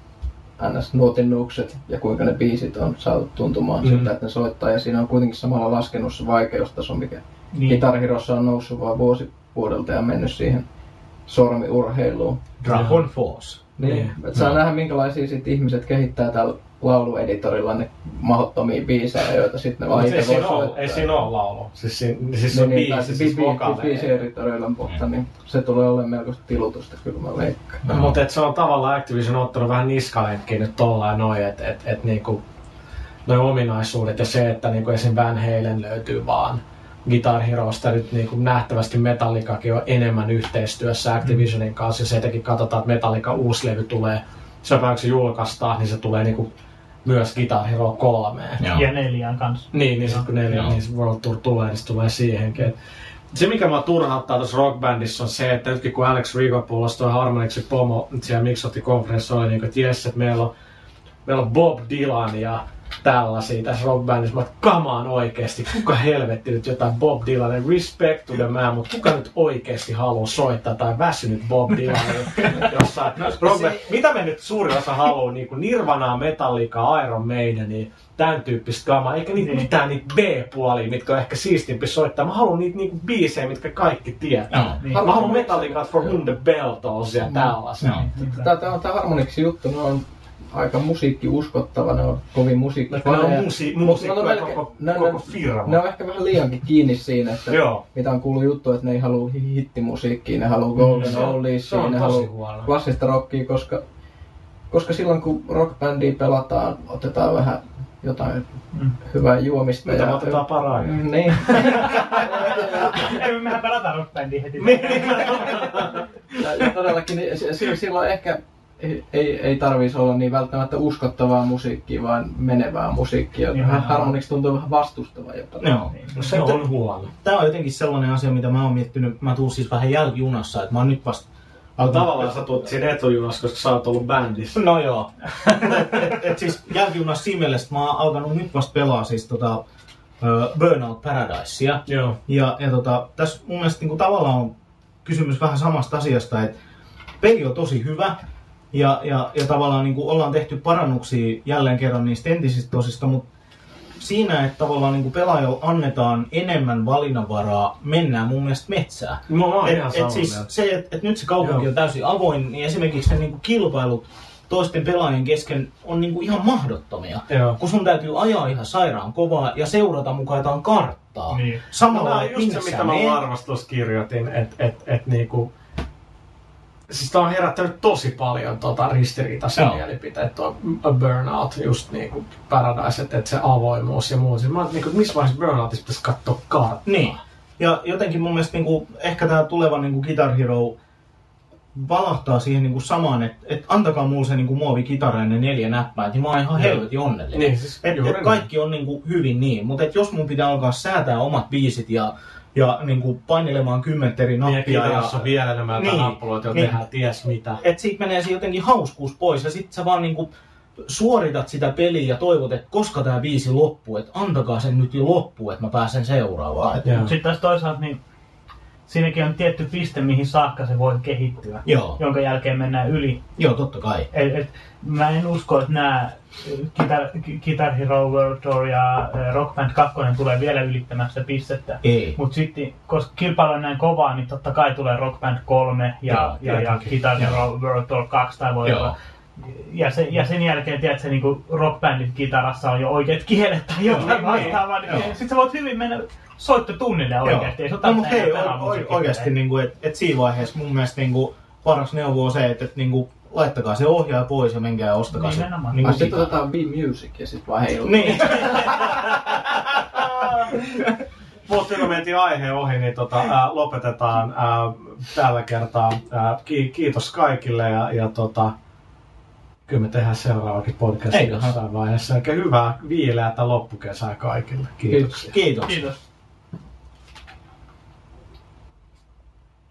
NS-nuotinnukset ja kuinka ne biisit on saatu tuntumaan siltä, että ne soittaa, ja siinä on kuitenkin samalla laskenut se vaikeustaso, mikä Guitar Herossa on noussut vaan vuodelta ja mennyt siihen sormiurheiluun. Dragon Force. Niin. Saa nähdä, minkälaisia sit ihmiset kehittää täällä laulueditorilla ne mahdottomia biisejä, joita sitten ne vaan itse voi soittaa. Ei siinä ole laulu. Siis on biisi, siis vokaaleja. Biisieditorilla, mutta niin, se tulee olemaan melkoista tilutusta, kyllä mä veikkaan. Mutta se on tavallaan Activision ottanut vähän niskalenkkiin nyt tollain noin, että niinku noi ominaisuudet ja se, että niinku esim. Van Halen löytyy vaan Guitar Heroista nyt niin kuin nähtävästi Metallicakin on enemmän yhteistyössä Activisionin kanssa. Jos etenkin katsotaan, että Metallica uusi levy tulee, se se julkaistaan, niin se tulee niin kuin myös Guitar Hero 3. Ja 4 kanssa. Niin sitten kun 4 niin se World Tour tulee, niin se tulee siihenkin. Se mikä mua turhauttaa tuossa Rock Bandissa on se, että nytkin kun Alex Rigopoulos toi Harmonixin pomo siellä Mixotti-konferenssissa oli, niin kuin, että jes, että meillä on Bob Dylan ja tällaisia tässä Rock Bandissa, mä kamaan oikeesti, kuka helvetti nyt jotain Bob Dylanin, respect to the man, mutta kuka nyt oikeesti haluaa soittaa tai väsynyt Bob Dylanin jossain mitä me nyt suurin osa haluaa, niin kuin Nirvanaa, Metallica, Iron Maidenia, tämän tyyppistä kamaa, eikä niitä mitään niitä B-puolia, mitkä on ehkä siistimpi soittaa, mä haluan niitä niinku biisejä, mitkä kaikki tietää. Mä haluan Metallica For Whom the Bell Tolls ja tällaisia. Tämä Harmonixin juttu, ne on aika musiikkiuskottava, ne on kovin musiikkifaneja. Ne on musiikkoja koko firma. Ne on ehkä vähän liiankin kiinni siinä, että mitä on kuullut juttu, että ne ei halua hittimusiikkia, ne halua Golden Oldiesia, ne halua klassista rockia, koska silloin kun rockbändiä pelataan, otetaan vähän jotain hyvää juomista. Mitä otetaan paraa? Niin. Ei, mehän pelataan rockbändiä heti. Ja todellakin silloin ehkä ei tarvitsisi olla niin välttämättä uskottavaa musiikkia, vaan menevää musiikkia. Harmonix tuntuu vähän vastustavaa jopa. Joo, se on huono. Tämä on jotenkin sellainen asia, mitä mä oon miettinyt. Mä tuun siis vähän jälkijunassa, että mä oon nyt vasta... Tavallaan sä tuut siinä etujunassa, koska sä oot ollut bändissä. No joo. et siis jälkijunassa siinä mielessä, mä oon alkanut nyt vasta pelaa siis Burnout Paradisea. Joo. Ja tässä mun mielestä niinku tavallaan on kysymys vähän samasta asiasta, että peli on tosi hyvä. Ja tavallaan niin kuin ollaan tehty parannuksia jälleen kerran niistä entisistä tosista, mutta siinä, että tavallaan niin kuin pelaajalle annetaan enemmän valinnanvaraa, mennään mun mielestä metsään. Että nyt se kaupunki on täysin avoin, niin esimerkiksi ne niin kuin kilpailut toisten pelaajien kesken on niin kuin ihan mahdottomia. Kun sun täytyy ajaa ihan sairaan kovaa ja seurata mukaan jotain karttaa. Niin. Samalla just se, mitä mä arvostusta kirjoitin, että niinku... Siis tää on herättänyt tosi paljon ristiriitaisia mielipiteitä, tuo Burnout, just niinku Paradise, että se avoimuus ja muu. Siis mä oon niinku, missä vaiheessa Burnoutissa pitäisi katsoa karttaa? Niin. Ja jotenkin mun mielestä niinku, ehkä tää tuleva niinku Guitar Hero valahtaa siihen niinku samaan, että antakaa mulle se niinku muovikitara ja ne 4 näppää, niin mä oon ihan helvetin onnellinen. Niin, siis et kaikki on niinku hyvin niin, mutta jos mun pitää alkaa säätää omat biisit ja niinku painelemaan 10 eri nappia. Ja kitarassa vielä enemmän nappuloita, joilla tehdään ties mitä. Et siitä menee se jotenkin hauskuus pois ja sit sä vaan niinku suoritat sitä peliä ja toivot, että koska tää biisi loppuu, että antakaa sen nyt jo loppuu, että mä pääsen seuraavaan. Sitten taas toisaalta niin siinäkin on tietty piste, mihin saakka se voi kehittyä, jonka jälkeen mennään yli. Joo, totta kai. Mä en usko, että nämä Guitar Hero World Tour ja Rock Band 2 tulee vielä ylittämään sitä pistettä. Mutta sitten, koska kilpailu on näin kovaa, niin totta kai tulee Rock Band 3 ja Guitar Hero World Tour 2 tai voi olla Ja sen jälkeen, tiedätkö, niinku rockbändin kitarassa on jo oikeat kielet tai jotain vastaavaa, niin sit sä voit hyvin mennä soittotunnille oikeesti. Ei no, mutta hei, oikeesti, niinku, että siinä vaiheessa mun mielestä niinku, paras neuvo on se, että niinku, laittakaa se ohjaaja pois ja menkää ja ostakaa se. Niin sitten otetaan B-Music ja sit vaan heilutaan. Niin. Mutta kun mentiin aiheen ohi, niin lopetetaan tällä kertaa. Kiitos kaikille ja kyllä me tehdään seuraavakin podcast jossain vaiheessa. Eikä hyvää viileätä loppukesää kaikille. Kiitoksia. Kiitos. Kiitos.